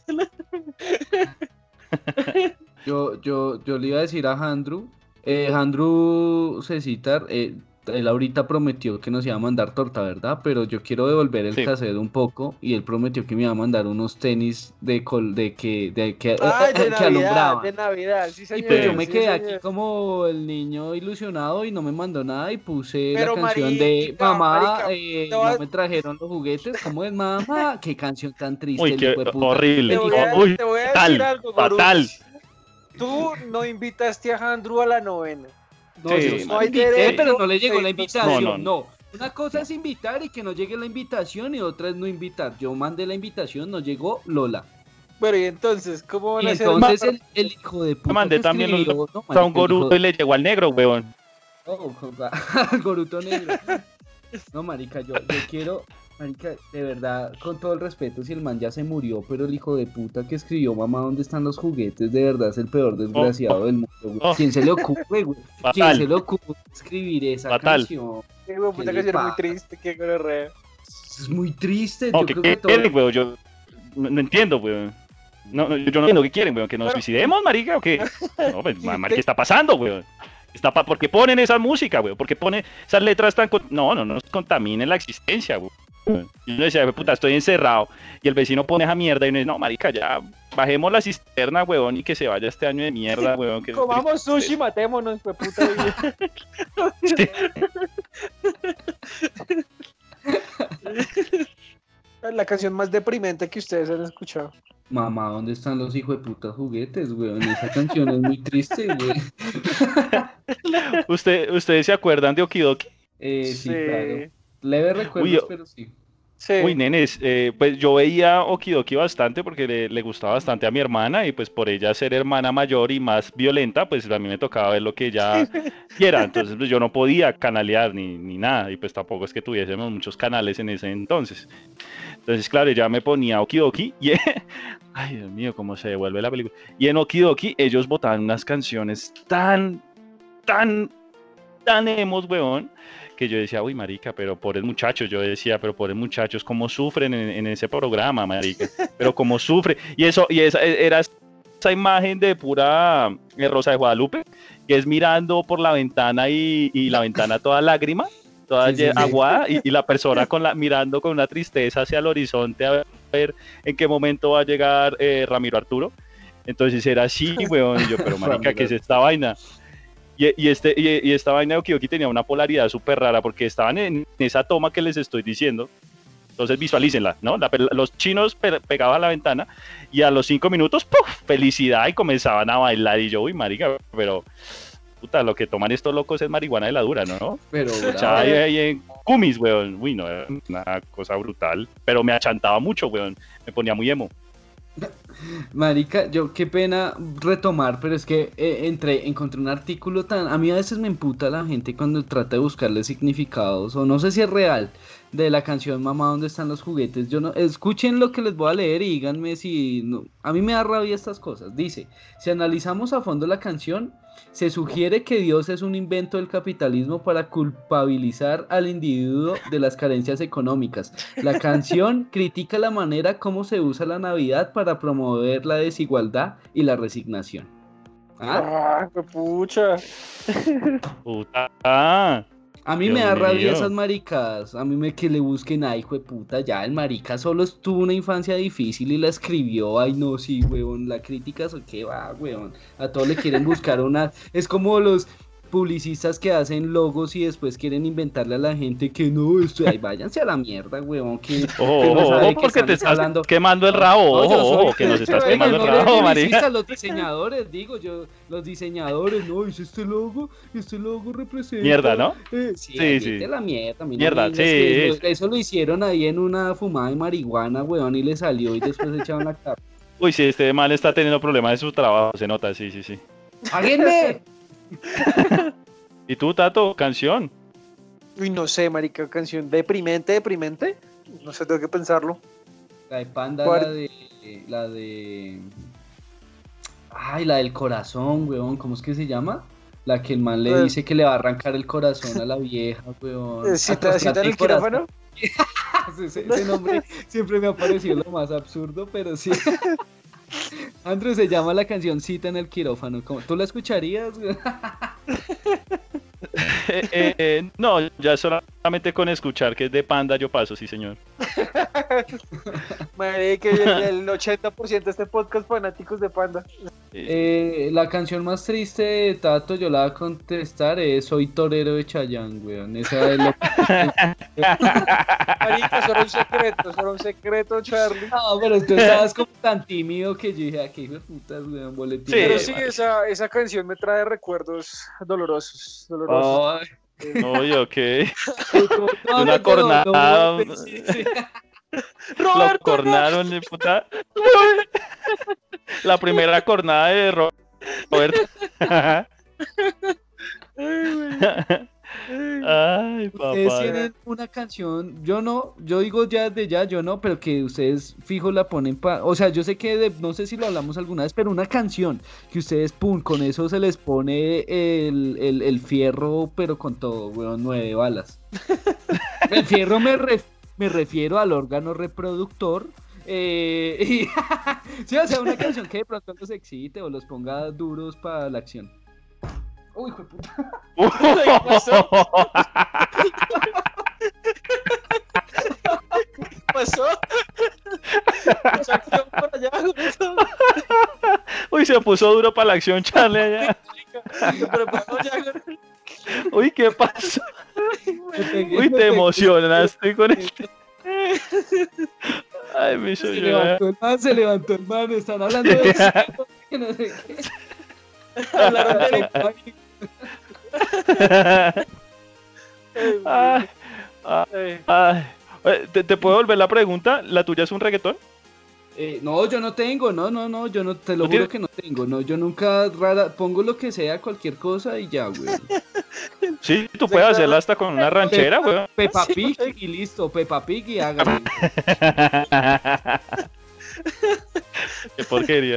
[SPEAKER 3] Yo le iba a decir a Andrew, Andrew Cecitar, él ahorita prometió que nos iba a mandar torta, ¿verdad? Pero yo quiero devolver el
[SPEAKER 4] Sí.
[SPEAKER 3] cassette un poco y él prometió que me iba a mandar unos tenis que
[SPEAKER 2] Ay, de
[SPEAKER 3] que
[SPEAKER 2] Navidad,
[SPEAKER 3] alumbraban.
[SPEAKER 2] de Navidad, sí
[SPEAKER 3] Y
[SPEAKER 2] señor.
[SPEAKER 3] pues yo
[SPEAKER 4] Sí,
[SPEAKER 3] me
[SPEAKER 2] sí,
[SPEAKER 3] quedé
[SPEAKER 2] señor.
[SPEAKER 3] aquí como el niño ilusionado y no me mandó nada y puse
[SPEAKER 2] Pero,
[SPEAKER 3] la canción de
[SPEAKER 2] marica,
[SPEAKER 3] mamá,
[SPEAKER 2] marica, te voy a-
[SPEAKER 3] no me trajeron los juguetes, ¿cómo es mamá? Qué canción tan triste,
[SPEAKER 4] Uy,
[SPEAKER 3] el
[SPEAKER 4] qué
[SPEAKER 3] hijo de puta.
[SPEAKER 4] horrible.
[SPEAKER 3] El hijo-
[SPEAKER 4] Uy,
[SPEAKER 2] te voy a
[SPEAKER 4] fatal,
[SPEAKER 2] decir algo, Gorú.
[SPEAKER 4] fatal.
[SPEAKER 2] Tú no invitaste a Andrew a la novena.
[SPEAKER 3] No,
[SPEAKER 4] Sí,
[SPEAKER 3] yo
[SPEAKER 2] no hay
[SPEAKER 3] invité,
[SPEAKER 2] derecho,
[SPEAKER 3] pero no le llegó la
[SPEAKER 2] sí,
[SPEAKER 3] invitación.
[SPEAKER 4] no,
[SPEAKER 3] No. Una cosa es invitar y que no llegue la invitación y otra es no invitar. Yo mandé la invitación, no llegó Lola.
[SPEAKER 2] Bueno, y entonces, ¿cómo van
[SPEAKER 3] Y
[SPEAKER 2] a hacer?
[SPEAKER 3] entonces el hijo de puta
[SPEAKER 4] mandé
[SPEAKER 3] que
[SPEAKER 4] también los
[SPEAKER 3] escribió, no,
[SPEAKER 4] a un
[SPEAKER 3] marica, el
[SPEAKER 4] goruto
[SPEAKER 3] hijo-
[SPEAKER 4] y le llegó al negro, weón.
[SPEAKER 3] Oh, al goruto negro. No, marica, yo quiero, marica, de verdad, con todo el respeto, si el man ya se murió, pero el hijo de puta que escribió mamá, ¿dónde están los juguetes? De verdad es el peor desgraciado del mundo, güey.
[SPEAKER 4] Oh.
[SPEAKER 3] ¿Quién se le ocurre, güey? ¿Quién
[SPEAKER 4] Fatal.
[SPEAKER 3] se le ocurre escribir esa
[SPEAKER 4] Fatal.
[SPEAKER 3] canción?
[SPEAKER 2] Qué huevo, puta
[SPEAKER 3] ¿Qué le
[SPEAKER 2] canción muy
[SPEAKER 3] pasa?
[SPEAKER 2] triste, qué gonorrea.
[SPEAKER 3] Es muy triste,
[SPEAKER 4] No,
[SPEAKER 3] yo
[SPEAKER 4] ¿qué
[SPEAKER 3] creo que todo...
[SPEAKER 4] quieren, weón? Yo no entiendo, weón. No, yo no entiendo qué quieren, weón. ¿Que nos suicidemos, marica, o qué? No, pues, marica, ¿qué está pasando, weón? ¿Por qué ponen esa música, weón? ¿Por qué ponen esas letras tan... No nos contaminen la existencia, weón. Y uno decía, puta, estoy encerrado. Y el vecino pone esa mierda y uno dice, no, marica, ya, bajemos la cisterna, weón, y que se vaya este año de mierda, weón. Que
[SPEAKER 2] Comamos sushi, matémonos, fue puta.
[SPEAKER 4] Sí.
[SPEAKER 2] La canción más deprimente que ustedes han escuchado.
[SPEAKER 3] Mamá, ¿dónde están los hijos de puta juguetes, güey? Esa canción es muy triste, güey.
[SPEAKER 4] ¿Ustedes se acuerdan de Okidoki?
[SPEAKER 3] Sí, claro. Leve recuerdos,
[SPEAKER 4] Uy,
[SPEAKER 3] pero sí.
[SPEAKER 2] Sí.
[SPEAKER 4] Uy, nenes, pues yo veía Okidoki bastante porque le gustaba bastante a mi hermana y pues por ella ser hermana mayor y más violenta, pues a mí me tocaba ver lo que ella quiera, entonces pues yo no podía canalear ni nada y pues tampoco es que tuviésemos muchos canales en ese entonces. Entonces claro, ella me ponía Okidoki y ay Dios mío, cómo se devuelve la película. Y en Okidoki ellos botaban unas canciones tan emos, weón, que yo decía, uy, marica, pero pobres muchachos, yo decía, pero pobres muchachos, cómo sufren en ese programa, marica, pero cómo sufren, y esa era esa imagen de pura Rosa de Guadalupe, que es mirando por la ventana y la ventana toda lágrima, toda aguada, y la persona mirando con una tristeza hacia el horizonte a ver en qué momento va a llegar Ramiro Arturo. Entonces era así, weón, y yo, pero marica, ¿qué es esta vaina? Y esta vaina de Okidoki tenía una polaridad súper rara, porque estaban en esa toma que les estoy diciendo. Entonces visualícenla, ¿no? Los chinos pegaban a la ventana y a los 5 minutos, ¡puf!, felicidad, y comenzaban a bailar. Y yo, uy, marica, pero puta, lo que toman estos locos es marihuana de la dura, ¿no?
[SPEAKER 3] Pero
[SPEAKER 4] ahí en cumis, weón. Uy, no, era una cosa brutal. Pero me achantaba mucho, weón. Me ponía muy emo.
[SPEAKER 3] Marica, yo qué pena retomar, pero es que encontré un artículo tan... A mí a veces me emputa la gente cuando trata de buscarle significados, o no sé si es real, de la canción Mamá, ¿dónde están los juguetes? Yo no, escuchen lo que les voy a leer y díganme si... No, a mí me da rabia estas cosas. Dice, si analizamos a fondo la canción, se sugiere que Dios es un invento del capitalismo para culpabilizar al individuo de las carencias económicas. La canción critica la manera como se usa la Navidad para promover la desigualdad y la resignación.
[SPEAKER 2] ¡Ah, qué pucha!
[SPEAKER 4] Puta.
[SPEAKER 3] A mí
[SPEAKER 4] Dios
[SPEAKER 3] me da rabia
[SPEAKER 4] mío.
[SPEAKER 3] esas maricas. A mí que le busquen, ay, hijo de puta, ya el marica solo tuvo una infancia difícil y la escribió. Ay, no, sí, weón, la crítica, ¿qué va, weón? A todos le quieren buscar una... Es como los publicistas que hacen logos y después quieren inventarle a la gente que no, esto, ay, váyanse a la mierda, weón, que no sabe qué
[SPEAKER 4] porque te estás
[SPEAKER 3] hablando.
[SPEAKER 4] quemando el rabo,
[SPEAKER 3] No, yo soy-
[SPEAKER 4] ojo, que nos estás
[SPEAKER 3] Oigan,
[SPEAKER 4] quemando
[SPEAKER 3] no
[SPEAKER 4] el
[SPEAKER 3] le
[SPEAKER 4] rabo,
[SPEAKER 3] publicistas,
[SPEAKER 4] marica.
[SPEAKER 3] los diseñadores, digo yo, los diseñadores, no, es este logo representa...
[SPEAKER 4] Mierda, ¿no?
[SPEAKER 3] Sí,
[SPEAKER 4] Sí,
[SPEAKER 3] sí.
[SPEAKER 4] sí.
[SPEAKER 3] La mierda, a mí no
[SPEAKER 4] Mierda,
[SPEAKER 3] me digas que
[SPEAKER 4] sí.
[SPEAKER 3] eso lo hicieron ahí en una fumada de marihuana, weón, y le salió y después echaron la cara.
[SPEAKER 4] Uy, sí, este man está teniendo problemas en su trabajo, se nota, sí.
[SPEAKER 3] ¡Páguenme!
[SPEAKER 4] ¿Y tú, Tato, canción?
[SPEAKER 2] Uy, no sé, marica, canción deprimente. No sé, tengo que pensarlo.
[SPEAKER 3] La de Panda,
[SPEAKER 2] ¿Cuál?
[SPEAKER 3] la de... Ay, la del corazón, weón, ¿cómo es que se llama? La que el man le dice que le va a arrancar el corazón a la vieja, weón.
[SPEAKER 2] ¿Cita en el quirófano?
[SPEAKER 3] Ese nombre siempre me ha parecido lo más absurdo, pero sí. Andrew, se llama la canción Cita en el quirófano. ¿Tú la escucharías?
[SPEAKER 4] No, ya solamente con escuchar que es de Panda yo paso, sí, señor.
[SPEAKER 2] Marica, el 80% de este podcast fanáticos de Panda.
[SPEAKER 3] La canción más triste de Tato, yo la voy a contestar, es Soy Torero de Chayanne, weón. Esa es lo
[SPEAKER 2] Marica, solo un secreto, Charlie.
[SPEAKER 3] No, pero tú estabas como tan tímido que yo dije, ¿a qué hijo de putas, weón? Boletín.
[SPEAKER 4] Sí,
[SPEAKER 2] Pero sí, esa canción me trae recuerdos dolorosos.
[SPEAKER 3] Ay,
[SPEAKER 4] Oye, ok.
[SPEAKER 3] no,
[SPEAKER 4] Una
[SPEAKER 3] no,
[SPEAKER 4] cornada.
[SPEAKER 3] sí.
[SPEAKER 4] Lo cornaron, puta. La primera cornada de Roberto. Ay,
[SPEAKER 3] Ustedes
[SPEAKER 4] papá.
[SPEAKER 3] tienen una canción, yo digo ya desde ya, yo no, pero que ustedes fijo la ponen o sea, yo sé que no sé si lo hablamos alguna vez, pero una canción que ustedes, pum, con eso se les pone el fierro, pero con todo, weón, 9 balas. El fierro me refiero al órgano reproductor. Sí, o sea, una canción que de pronto los excite o los ponga duros para la acción. Uy, hijo de puta.
[SPEAKER 2] ¿Qué pasó? Acción por allá, bonito.
[SPEAKER 4] Uy, se puso duro para la acción, Charlie, allá.
[SPEAKER 2] Pero pasó ya, güey.
[SPEAKER 4] Uy, ¿qué pasó? Uy, te emocionaste con este. Ay, me hizo llorar.
[SPEAKER 3] Se levantó el man, están hablando de eso, que no sé qué. Hablaron de
[SPEAKER 4] Ay, ay. ¿Te puedo volver la pregunta? ¿La tuya es un reggaetón?
[SPEAKER 3] No, yo no tengo, no, yo no, te lo
[SPEAKER 4] ¿No
[SPEAKER 3] juro
[SPEAKER 4] tienes?
[SPEAKER 3] que no tengo, no, yo nunca pongo lo que sea, cualquier cosa y ya, güey.
[SPEAKER 4] Sí, tú puedes hacerla hasta con una ranchera, weón.
[SPEAKER 3] Peppa Pig y listo, Peppa Pig y hágale.
[SPEAKER 4] Qué porquería.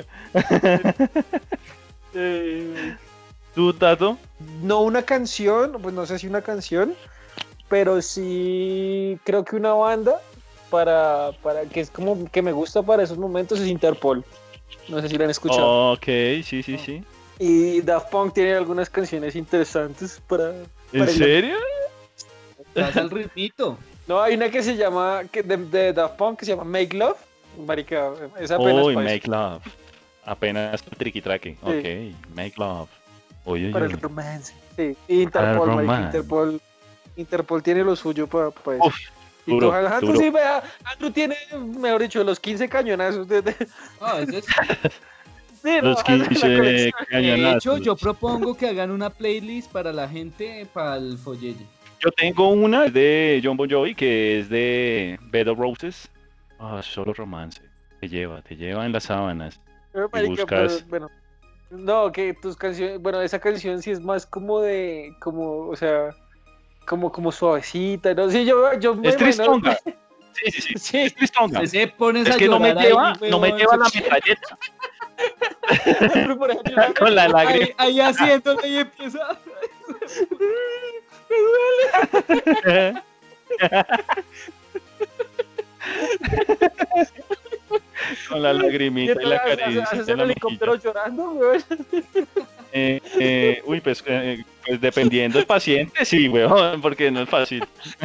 [SPEAKER 4] ¿Tú, Tato?
[SPEAKER 2] No una canción, pues no sé si una canción, pero sí creo que una banda para que es como que me gusta para esos momentos es Interpol. No sé si lo han escuchado.
[SPEAKER 4] Ok, sí, sí, sí.
[SPEAKER 2] Y Daft Punk tiene algunas canciones interesantes
[SPEAKER 4] ¿En serio?
[SPEAKER 3] Pasa el ritmito.
[SPEAKER 2] No, hay una que se llama, de Daft Punk, que se llama Make Love. Marica, es apenas
[SPEAKER 4] Uy,
[SPEAKER 2] para,
[SPEAKER 4] Make Love. Apenas tricky tracky. Ok, Make Love. Uy, uy,
[SPEAKER 2] para el
[SPEAKER 4] uy.
[SPEAKER 2] romance. Sí, y Interpol,
[SPEAKER 4] Para el
[SPEAKER 2] marica,
[SPEAKER 4] romance.
[SPEAKER 2] Interpol tiene lo suyo para eso.
[SPEAKER 4] Uf,
[SPEAKER 2] Y
[SPEAKER 4] duro,
[SPEAKER 2] tú, Andrew,
[SPEAKER 4] duro.
[SPEAKER 2] sí, vea, Andrew tiene, mejor dicho, los 15 cañonazos.
[SPEAKER 3] Ah, ese es-
[SPEAKER 2] Sí, no,
[SPEAKER 4] Los
[SPEAKER 2] Andrew, la
[SPEAKER 4] 15
[SPEAKER 2] colección.
[SPEAKER 3] De
[SPEAKER 4] cañonazos.
[SPEAKER 3] hecho, yo propongo que hagan una playlist para la gente, para el follelle.
[SPEAKER 4] Yo tengo una de John Bon Jovi que es de Bed of Roses. Ah, solo romance. Te lleva en las sábanas.
[SPEAKER 2] Pero,
[SPEAKER 4] Y
[SPEAKER 2] marica, pero,
[SPEAKER 4] buscas.
[SPEAKER 2] bueno, no, que tus canciones, bueno, esa canción sí es más como o sea, como suavecita, ¿no? Sí, yo me
[SPEAKER 4] Es
[SPEAKER 2] imagino.
[SPEAKER 4] tristonga. Sí, sí, sí.
[SPEAKER 2] Sí,
[SPEAKER 4] Es tristonga.
[SPEAKER 3] Te pones
[SPEAKER 4] Es
[SPEAKER 3] a
[SPEAKER 4] que no me
[SPEAKER 3] llorar ahí,
[SPEAKER 4] no me
[SPEAKER 3] weón,
[SPEAKER 4] lleva la metralleta
[SPEAKER 2] Andrew, por ejemplo,
[SPEAKER 4] con la lágrima.
[SPEAKER 3] ahí haciéndole y empieza.
[SPEAKER 4] Con la lagrimita y la caricia
[SPEAKER 2] haces
[SPEAKER 4] de
[SPEAKER 2] el
[SPEAKER 4] la
[SPEAKER 2] helicóptero
[SPEAKER 4] mejilla.
[SPEAKER 2] llorando, güey.
[SPEAKER 4] Uy, pues dependiendo del paciente, sí, weón, porque no es fácil.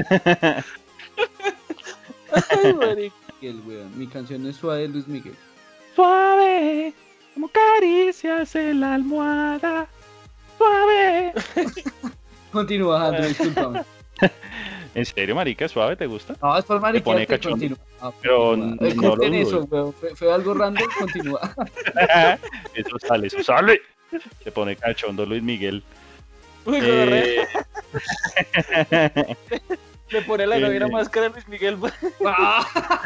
[SPEAKER 2] Ay, marica.
[SPEAKER 3] Miguel, weón. Mi canción es suave de Luis Miguel.
[SPEAKER 4] Suave, como caricias en la almohada. Suave.
[SPEAKER 3] Continúa, Andrew, discúlpame.
[SPEAKER 4] ¿En serio, marica? ¿Suave te gusta?
[SPEAKER 3] No, es por marica
[SPEAKER 4] pone
[SPEAKER 3] que
[SPEAKER 4] cachondo.
[SPEAKER 3] continúa. Ah,
[SPEAKER 4] Pero
[SPEAKER 3] continúa.
[SPEAKER 4] no lo
[SPEAKER 3] Corten
[SPEAKER 4] dudo.
[SPEAKER 3] eso, weón. Fue algo random, continúa.
[SPEAKER 4] Eso sale, eso sale. Se pone cachondo Luis Miguel.
[SPEAKER 2] Uy,
[SPEAKER 4] Eh,
[SPEAKER 2] le pone la novia
[SPEAKER 4] eh.
[SPEAKER 2] máscara a Luis Miguel.
[SPEAKER 3] Ah,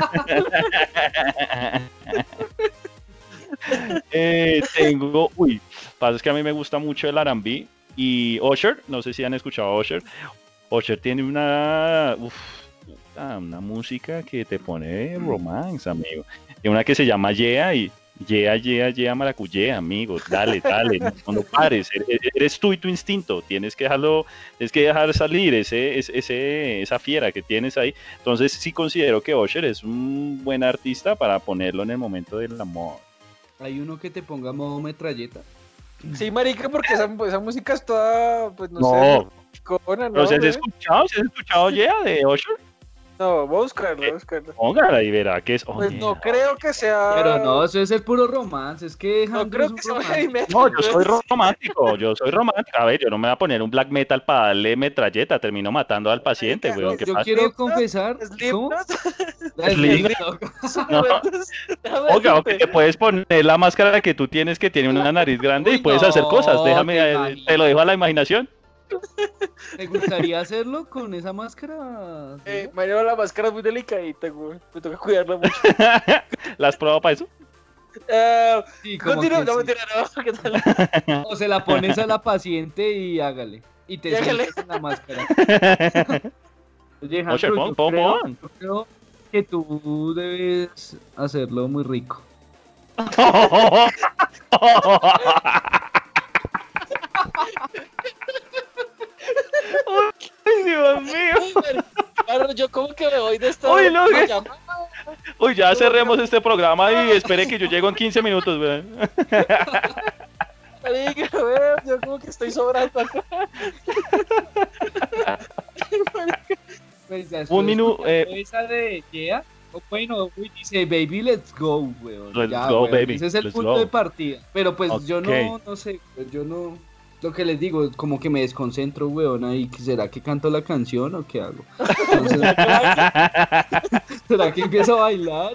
[SPEAKER 4] Pasa es que a mí me gusta mucho el R&B y Usher, no sé si han escuchado a Usher. Usher tiene una música que te pone romance, amigo. Tiene una que se llama Yeah y Yeah maracuyá, amigo. Dale, no pares. Eres tú y tu instinto. Tienes que dejar salir esa fiera que tienes ahí. Entonces sí considero que Usher es un buen artista para ponerlo en el momento del amor.
[SPEAKER 3] Hay uno que te ponga modo metralleta.
[SPEAKER 2] Sí, marica, porque esa música es toda, pues no,
[SPEAKER 4] No,
[SPEAKER 2] sé, cona, ¿no?
[SPEAKER 4] pero ¿se has
[SPEAKER 2] güey?
[SPEAKER 4] escuchado Yeah de Usher?
[SPEAKER 2] No, voy a buscarlo.
[SPEAKER 4] Póngala y verá que es.
[SPEAKER 2] Pues no creo que sea.
[SPEAKER 3] Pero no, eso es el puro romance. Es que
[SPEAKER 2] No
[SPEAKER 3] Andrew
[SPEAKER 2] creo
[SPEAKER 3] es un
[SPEAKER 2] que sea
[SPEAKER 3] romance.
[SPEAKER 2] heavy metal.
[SPEAKER 4] No, yo soy
[SPEAKER 2] güey.
[SPEAKER 4] romántico. A ver, yo no me voy a poner un black metal para darle metralleta, termino matando al paciente,
[SPEAKER 2] Marica,
[SPEAKER 4] weón. ¿Qué
[SPEAKER 3] Yo
[SPEAKER 4] pasa?
[SPEAKER 3] quiero
[SPEAKER 2] Slipknot,
[SPEAKER 3] confesar. ¿Cómo?
[SPEAKER 2] Slipknot.
[SPEAKER 4] Slipknot. No.
[SPEAKER 2] Déjame
[SPEAKER 4] Oiga,
[SPEAKER 2] decirte.
[SPEAKER 4] te puedes poner la máscara que tú tienes que tiene una nariz grande y
[SPEAKER 3] Uy,
[SPEAKER 4] puedes
[SPEAKER 3] no,
[SPEAKER 4] hacer cosas.
[SPEAKER 3] ¿te
[SPEAKER 4] Déjame,
[SPEAKER 3] imaginas?
[SPEAKER 4] te lo dejo a la imaginación.
[SPEAKER 3] ¿Te gustaría hacerlo con esa máscara?
[SPEAKER 2] Mario, la máscara es muy delicadita, güey. Me toca cuidarla mucho.
[SPEAKER 4] ¿La has probado para eso?
[SPEAKER 3] Sí, como
[SPEAKER 2] Continúa,
[SPEAKER 3] que
[SPEAKER 2] no,
[SPEAKER 3] sí.
[SPEAKER 2] mentira, no. ¿Qué tal?
[SPEAKER 3] O se la pones a la paciente y hágale. Y te
[SPEAKER 2] Y hágale.
[SPEAKER 3] sientas en la máscara. Oye,
[SPEAKER 4] Usher,
[SPEAKER 3] Andrew,
[SPEAKER 4] pon.
[SPEAKER 3] yo creo que tú debes hacerlo muy rico.
[SPEAKER 4] Ay, Dios mío.
[SPEAKER 2] Claro, yo como que me voy de esta
[SPEAKER 4] Uy, no, ¿qué?
[SPEAKER 2] llamada.
[SPEAKER 4] Uy, ya cerremos este programa y espere que yo llego en 15 minutos, weón.
[SPEAKER 2] Marica, güey, yo como que estoy sobrando acá.
[SPEAKER 3] Pues, después
[SPEAKER 4] Un minuto,
[SPEAKER 3] escuchando esa de Yeah, bueno, uy, dice baby, let's go, weón.
[SPEAKER 4] Let's
[SPEAKER 3] Ya,
[SPEAKER 4] go,
[SPEAKER 3] weón,
[SPEAKER 4] baby,
[SPEAKER 3] ese es el
[SPEAKER 4] let's
[SPEAKER 3] punto
[SPEAKER 4] go.
[SPEAKER 3] de partida. Pero pues yo
[SPEAKER 4] Ok.
[SPEAKER 3] no sé, pues, yo no. Lo que les digo, como que me desconcentro, weón, ahí. ¿Será que canto la canción o qué hago? Entonces, ¿será que empiezo a bailar?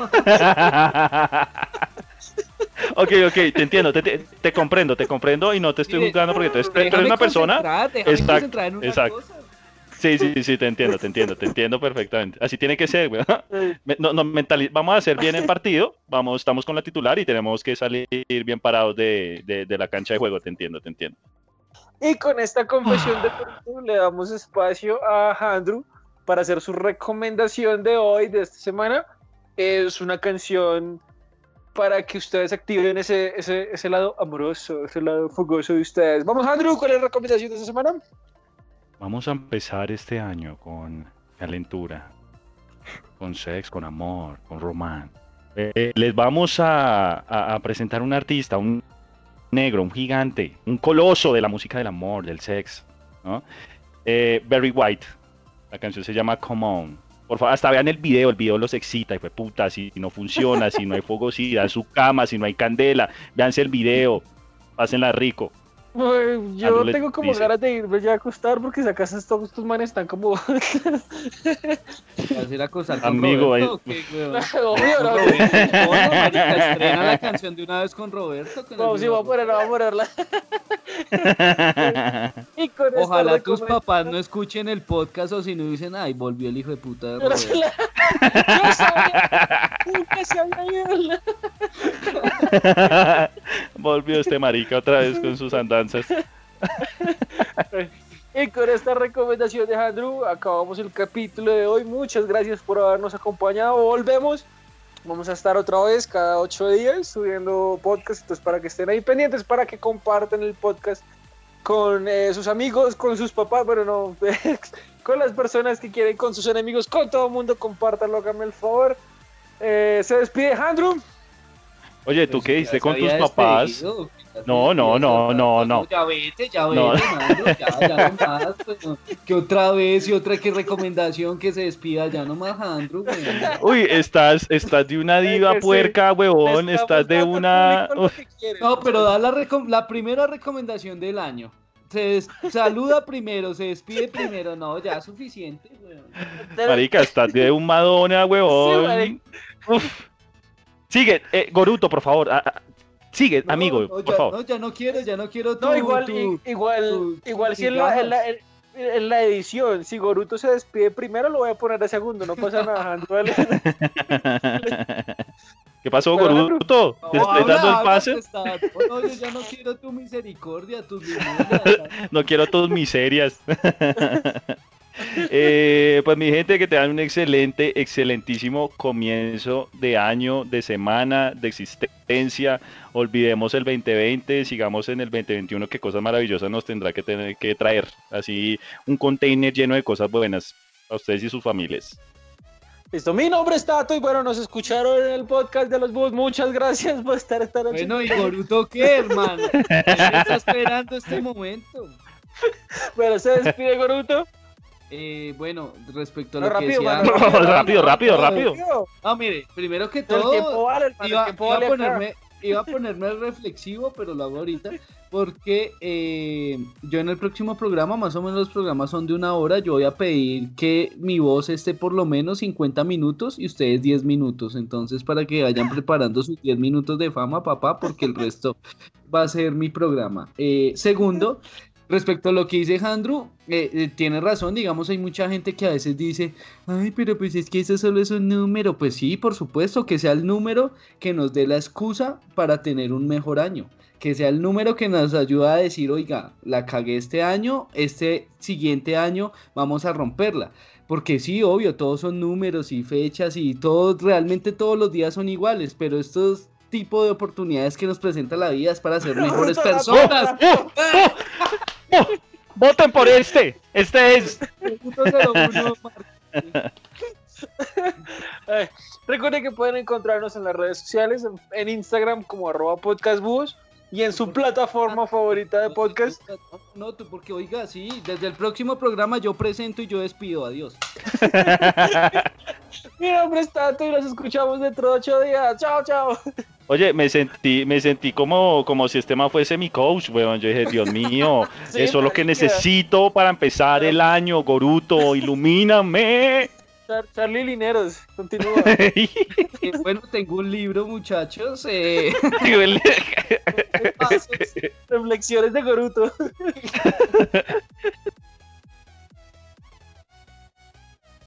[SPEAKER 4] Ok, te entiendo, te comprendo y no te estoy
[SPEAKER 3] Mire,
[SPEAKER 4] juzgando porque tú eres
[SPEAKER 3] déjame
[SPEAKER 4] una persona.
[SPEAKER 3] déjame
[SPEAKER 4] Exacto,
[SPEAKER 3] concentrar en una
[SPEAKER 4] exacto.
[SPEAKER 3] cosa.
[SPEAKER 4] Sí, te entiendo perfectamente. Así tiene que ser, güey. Vamos a hacer bien el partido, estamos con la titular y tenemos que salir bien parados de la cancha de juego, te entiendo.
[SPEAKER 2] Y con esta confesión de pronto le damos espacio a Andrew para hacer su recomendación de hoy, de esta semana. Es una canción para que ustedes activen ese lado amoroso, ese lado fogoso de ustedes. Vamos, Andrew, ¿cuál es la recomendación de esta semana?
[SPEAKER 4] Vamos a empezar este año con calentura, con sexo, con amor, con romance. Les vamos a presentar un artista, un negro, un gigante, un coloso de la música del amor, del sex, ¿no? Barry White. La canción se llama Come On. Por favor, hasta vean el video los excita, y fue puta, si no funciona, si no hay fogosidad, su cama, si no hay candela, véanse el video, pásenla rico.
[SPEAKER 2] Yo
[SPEAKER 4] Andrew
[SPEAKER 2] tengo como
[SPEAKER 4] dice.
[SPEAKER 2] ganas de irme ya a acostar porque si acaso estos manes están como...
[SPEAKER 3] ¿Vas a ir a acosar con
[SPEAKER 4] Amigo,
[SPEAKER 3] Roberto o qué, weón?
[SPEAKER 2] Obvio, ¿no?
[SPEAKER 3] No, marica, estrena la canción de una vez con Roberto. Con el
[SPEAKER 2] No, sí,
[SPEAKER 3] mismo
[SPEAKER 2] voy a ponerla. Y con esta
[SPEAKER 3] Ojalá tus
[SPEAKER 2] recomendación-
[SPEAKER 3] papás no escuchen el podcast o si no dicen, ay, volvió el hijo de puta de
[SPEAKER 2] Pero
[SPEAKER 3] Roberto.
[SPEAKER 2] se la- Yo sabía, nunca se había ido.
[SPEAKER 4] Volvió este marica otra vez con sus andanzas.
[SPEAKER 2] Y con esta recomendación de Andrew acabamos el capítulo de hoy. Muchas gracias por habernos acompañado. Volvemos. Vamos a estar otra vez cada 8 días subiendo podcast. Entonces, para que estén ahí pendientes, para que compartan el podcast con sus amigos, con sus papás. Bueno, no, con las personas que quieren, con sus enemigos, con todo el mundo. Compártanlo, háganme el favor. Se despide Andrew.
[SPEAKER 4] Oye, ¿tú
[SPEAKER 3] Pero
[SPEAKER 4] qué
[SPEAKER 3] si
[SPEAKER 4] hiciste
[SPEAKER 3] ya
[SPEAKER 4] con
[SPEAKER 3] se
[SPEAKER 4] tus
[SPEAKER 3] había
[SPEAKER 4] papás?
[SPEAKER 3] despedido, ¿o qué? Ya se
[SPEAKER 4] No, no,
[SPEAKER 3] despidió,
[SPEAKER 4] no,
[SPEAKER 3] ya,
[SPEAKER 4] no.
[SPEAKER 3] Ya vete,
[SPEAKER 4] No.
[SPEAKER 3] Nando, ya no más. Pues, no. Que otra vez y otra que recomendación que se despida, ya no más Andrew, güey.
[SPEAKER 4] Uy, estás de una diva
[SPEAKER 2] que sí.
[SPEAKER 4] puerca, huevón,
[SPEAKER 2] Le
[SPEAKER 4] estás de
[SPEAKER 2] estamos dando
[SPEAKER 4] una...
[SPEAKER 2] al público lo que quieren.
[SPEAKER 3] No, pero da la primera recomendación del año. Saluda primero, se despide primero. No, ya suficiente, güey.
[SPEAKER 4] Marica, estás de un Madonna,
[SPEAKER 2] Sí,
[SPEAKER 4] huevón.
[SPEAKER 2] marica.
[SPEAKER 4] Uf. Sigue, Goruto, por favor. Sigue,
[SPEAKER 3] No,
[SPEAKER 4] amigo,
[SPEAKER 3] no,
[SPEAKER 4] por
[SPEAKER 3] ya,
[SPEAKER 4] favor.
[SPEAKER 3] no, ya no quiero
[SPEAKER 2] No, igual si en la edición, si Goruto se despide primero, lo voy a poner de segundo, no pasa nada. Andrew, dale.
[SPEAKER 4] ¿Qué pasó,
[SPEAKER 2] Pero,
[SPEAKER 4] Goruto? ¿Te estoy dando el pase?
[SPEAKER 3] No, yo ya no quiero tu misericordia, tus limosnas.
[SPEAKER 4] No quiero tus miserias. Pues mi gente, que te dan un excelentísimo comienzo de año, de semana, de existencia. Olvidemos el 2020, sigamos en el 2021, que cosas maravillosas nos tendrá que tener que traer. Así un container lleno de cosas buenas a ustedes y sus familias.
[SPEAKER 2] Listo, mi nombre es Tato y bueno, nos escucharon en el podcast de los búhos. Muchas gracias por estar esta noche.
[SPEAKER 3] Bueno, ¿y Boruto qué, hermano? ¿Quién está esperando este momento?
[SPEAKER 2] Bueno, se despide Goruto.
[SPEAKER 3] Bueno, respecto a
[SPEAKER 2] No,
[SPEAKER 3] lo que
[SPEAKER 2] rápido,
[SPEAKER 3] decía...
[SPEAKER 2] mano,
[SPEAKER 4] Rápido.
[SPEAKER 3] No, mire, primero que
[SPEAKER 2] El tiempo
[SPEAKER 3] todo,
[SPEAKER 2] vale, hermano, el
[SPEAKER 3] iba
[SPEAKER 2] tiempo
[SPEAKER 3] a
[SPEAKER 2] vale acá.
[SPEAKER 3] ponerme reflexivo, pero lo hago ahorita, porque yo en el próximo programa, más o menos los programas son de 1 hora, yo voy a pedir que mi voz esté por lo menos 50 minutos y ustedes 10 minutos, entonces para que vayan preparando sus 10 minutos de fama, papá, porque el resto va a ser mi programa. Segundo, respecto a lo que dice Andrew, tiene razón, digamos, hay mucha gente que a veces dice, ay, pero pues es que eso solo es un número. Pues sí, por supuesto, que sea el número que nos dé la excusa para tener un mejor año, que sea el número que nos ayuda a decir, oiga, la cagué este año, este siguiente año vamos a romperla. Porque sí, obvio, todos son números y fechas y todos, realmente todos los días son iguales, pero estos tipo de oportunidades que nos presenta la vida es para ser mejores personas.
[SPEAKER 4] ¡Voten por este! Este es.
[SPEAKER 3] Punto 01,
[SPEAKER 2] Recuerden que pueden encontrarnos en las redes sociales, en Instagram como @podcastbúhos y en su plataforma favorita de podcast.
[SPEAKER 3] No, tú, porque oiga, sí, desde el próximo programa yo presento y yo despido. Adiós.
[SPEAKER 2] Mi nombre es Tato y nos escuchamos dentro de 8 días. Chao, chao.
[SPEAKER 4] Oye, me sentí como si este man fuese mi coach, weón. Yo dije, Dios mío,
[SPEAKER 2] Sí,
[SPEAKER 4] eso es lo que
[SPEAKER 2] marica.
[SPEAKER 4] necesito para empezar el año, Goruto, ilumíname.
[SPEAKER 2] Charlie Lineros, continúa.
[SPEAKER 3] Bueno, tengo un libro, muchachos.
[SPEAKER 2] Reflexiones de Goruto.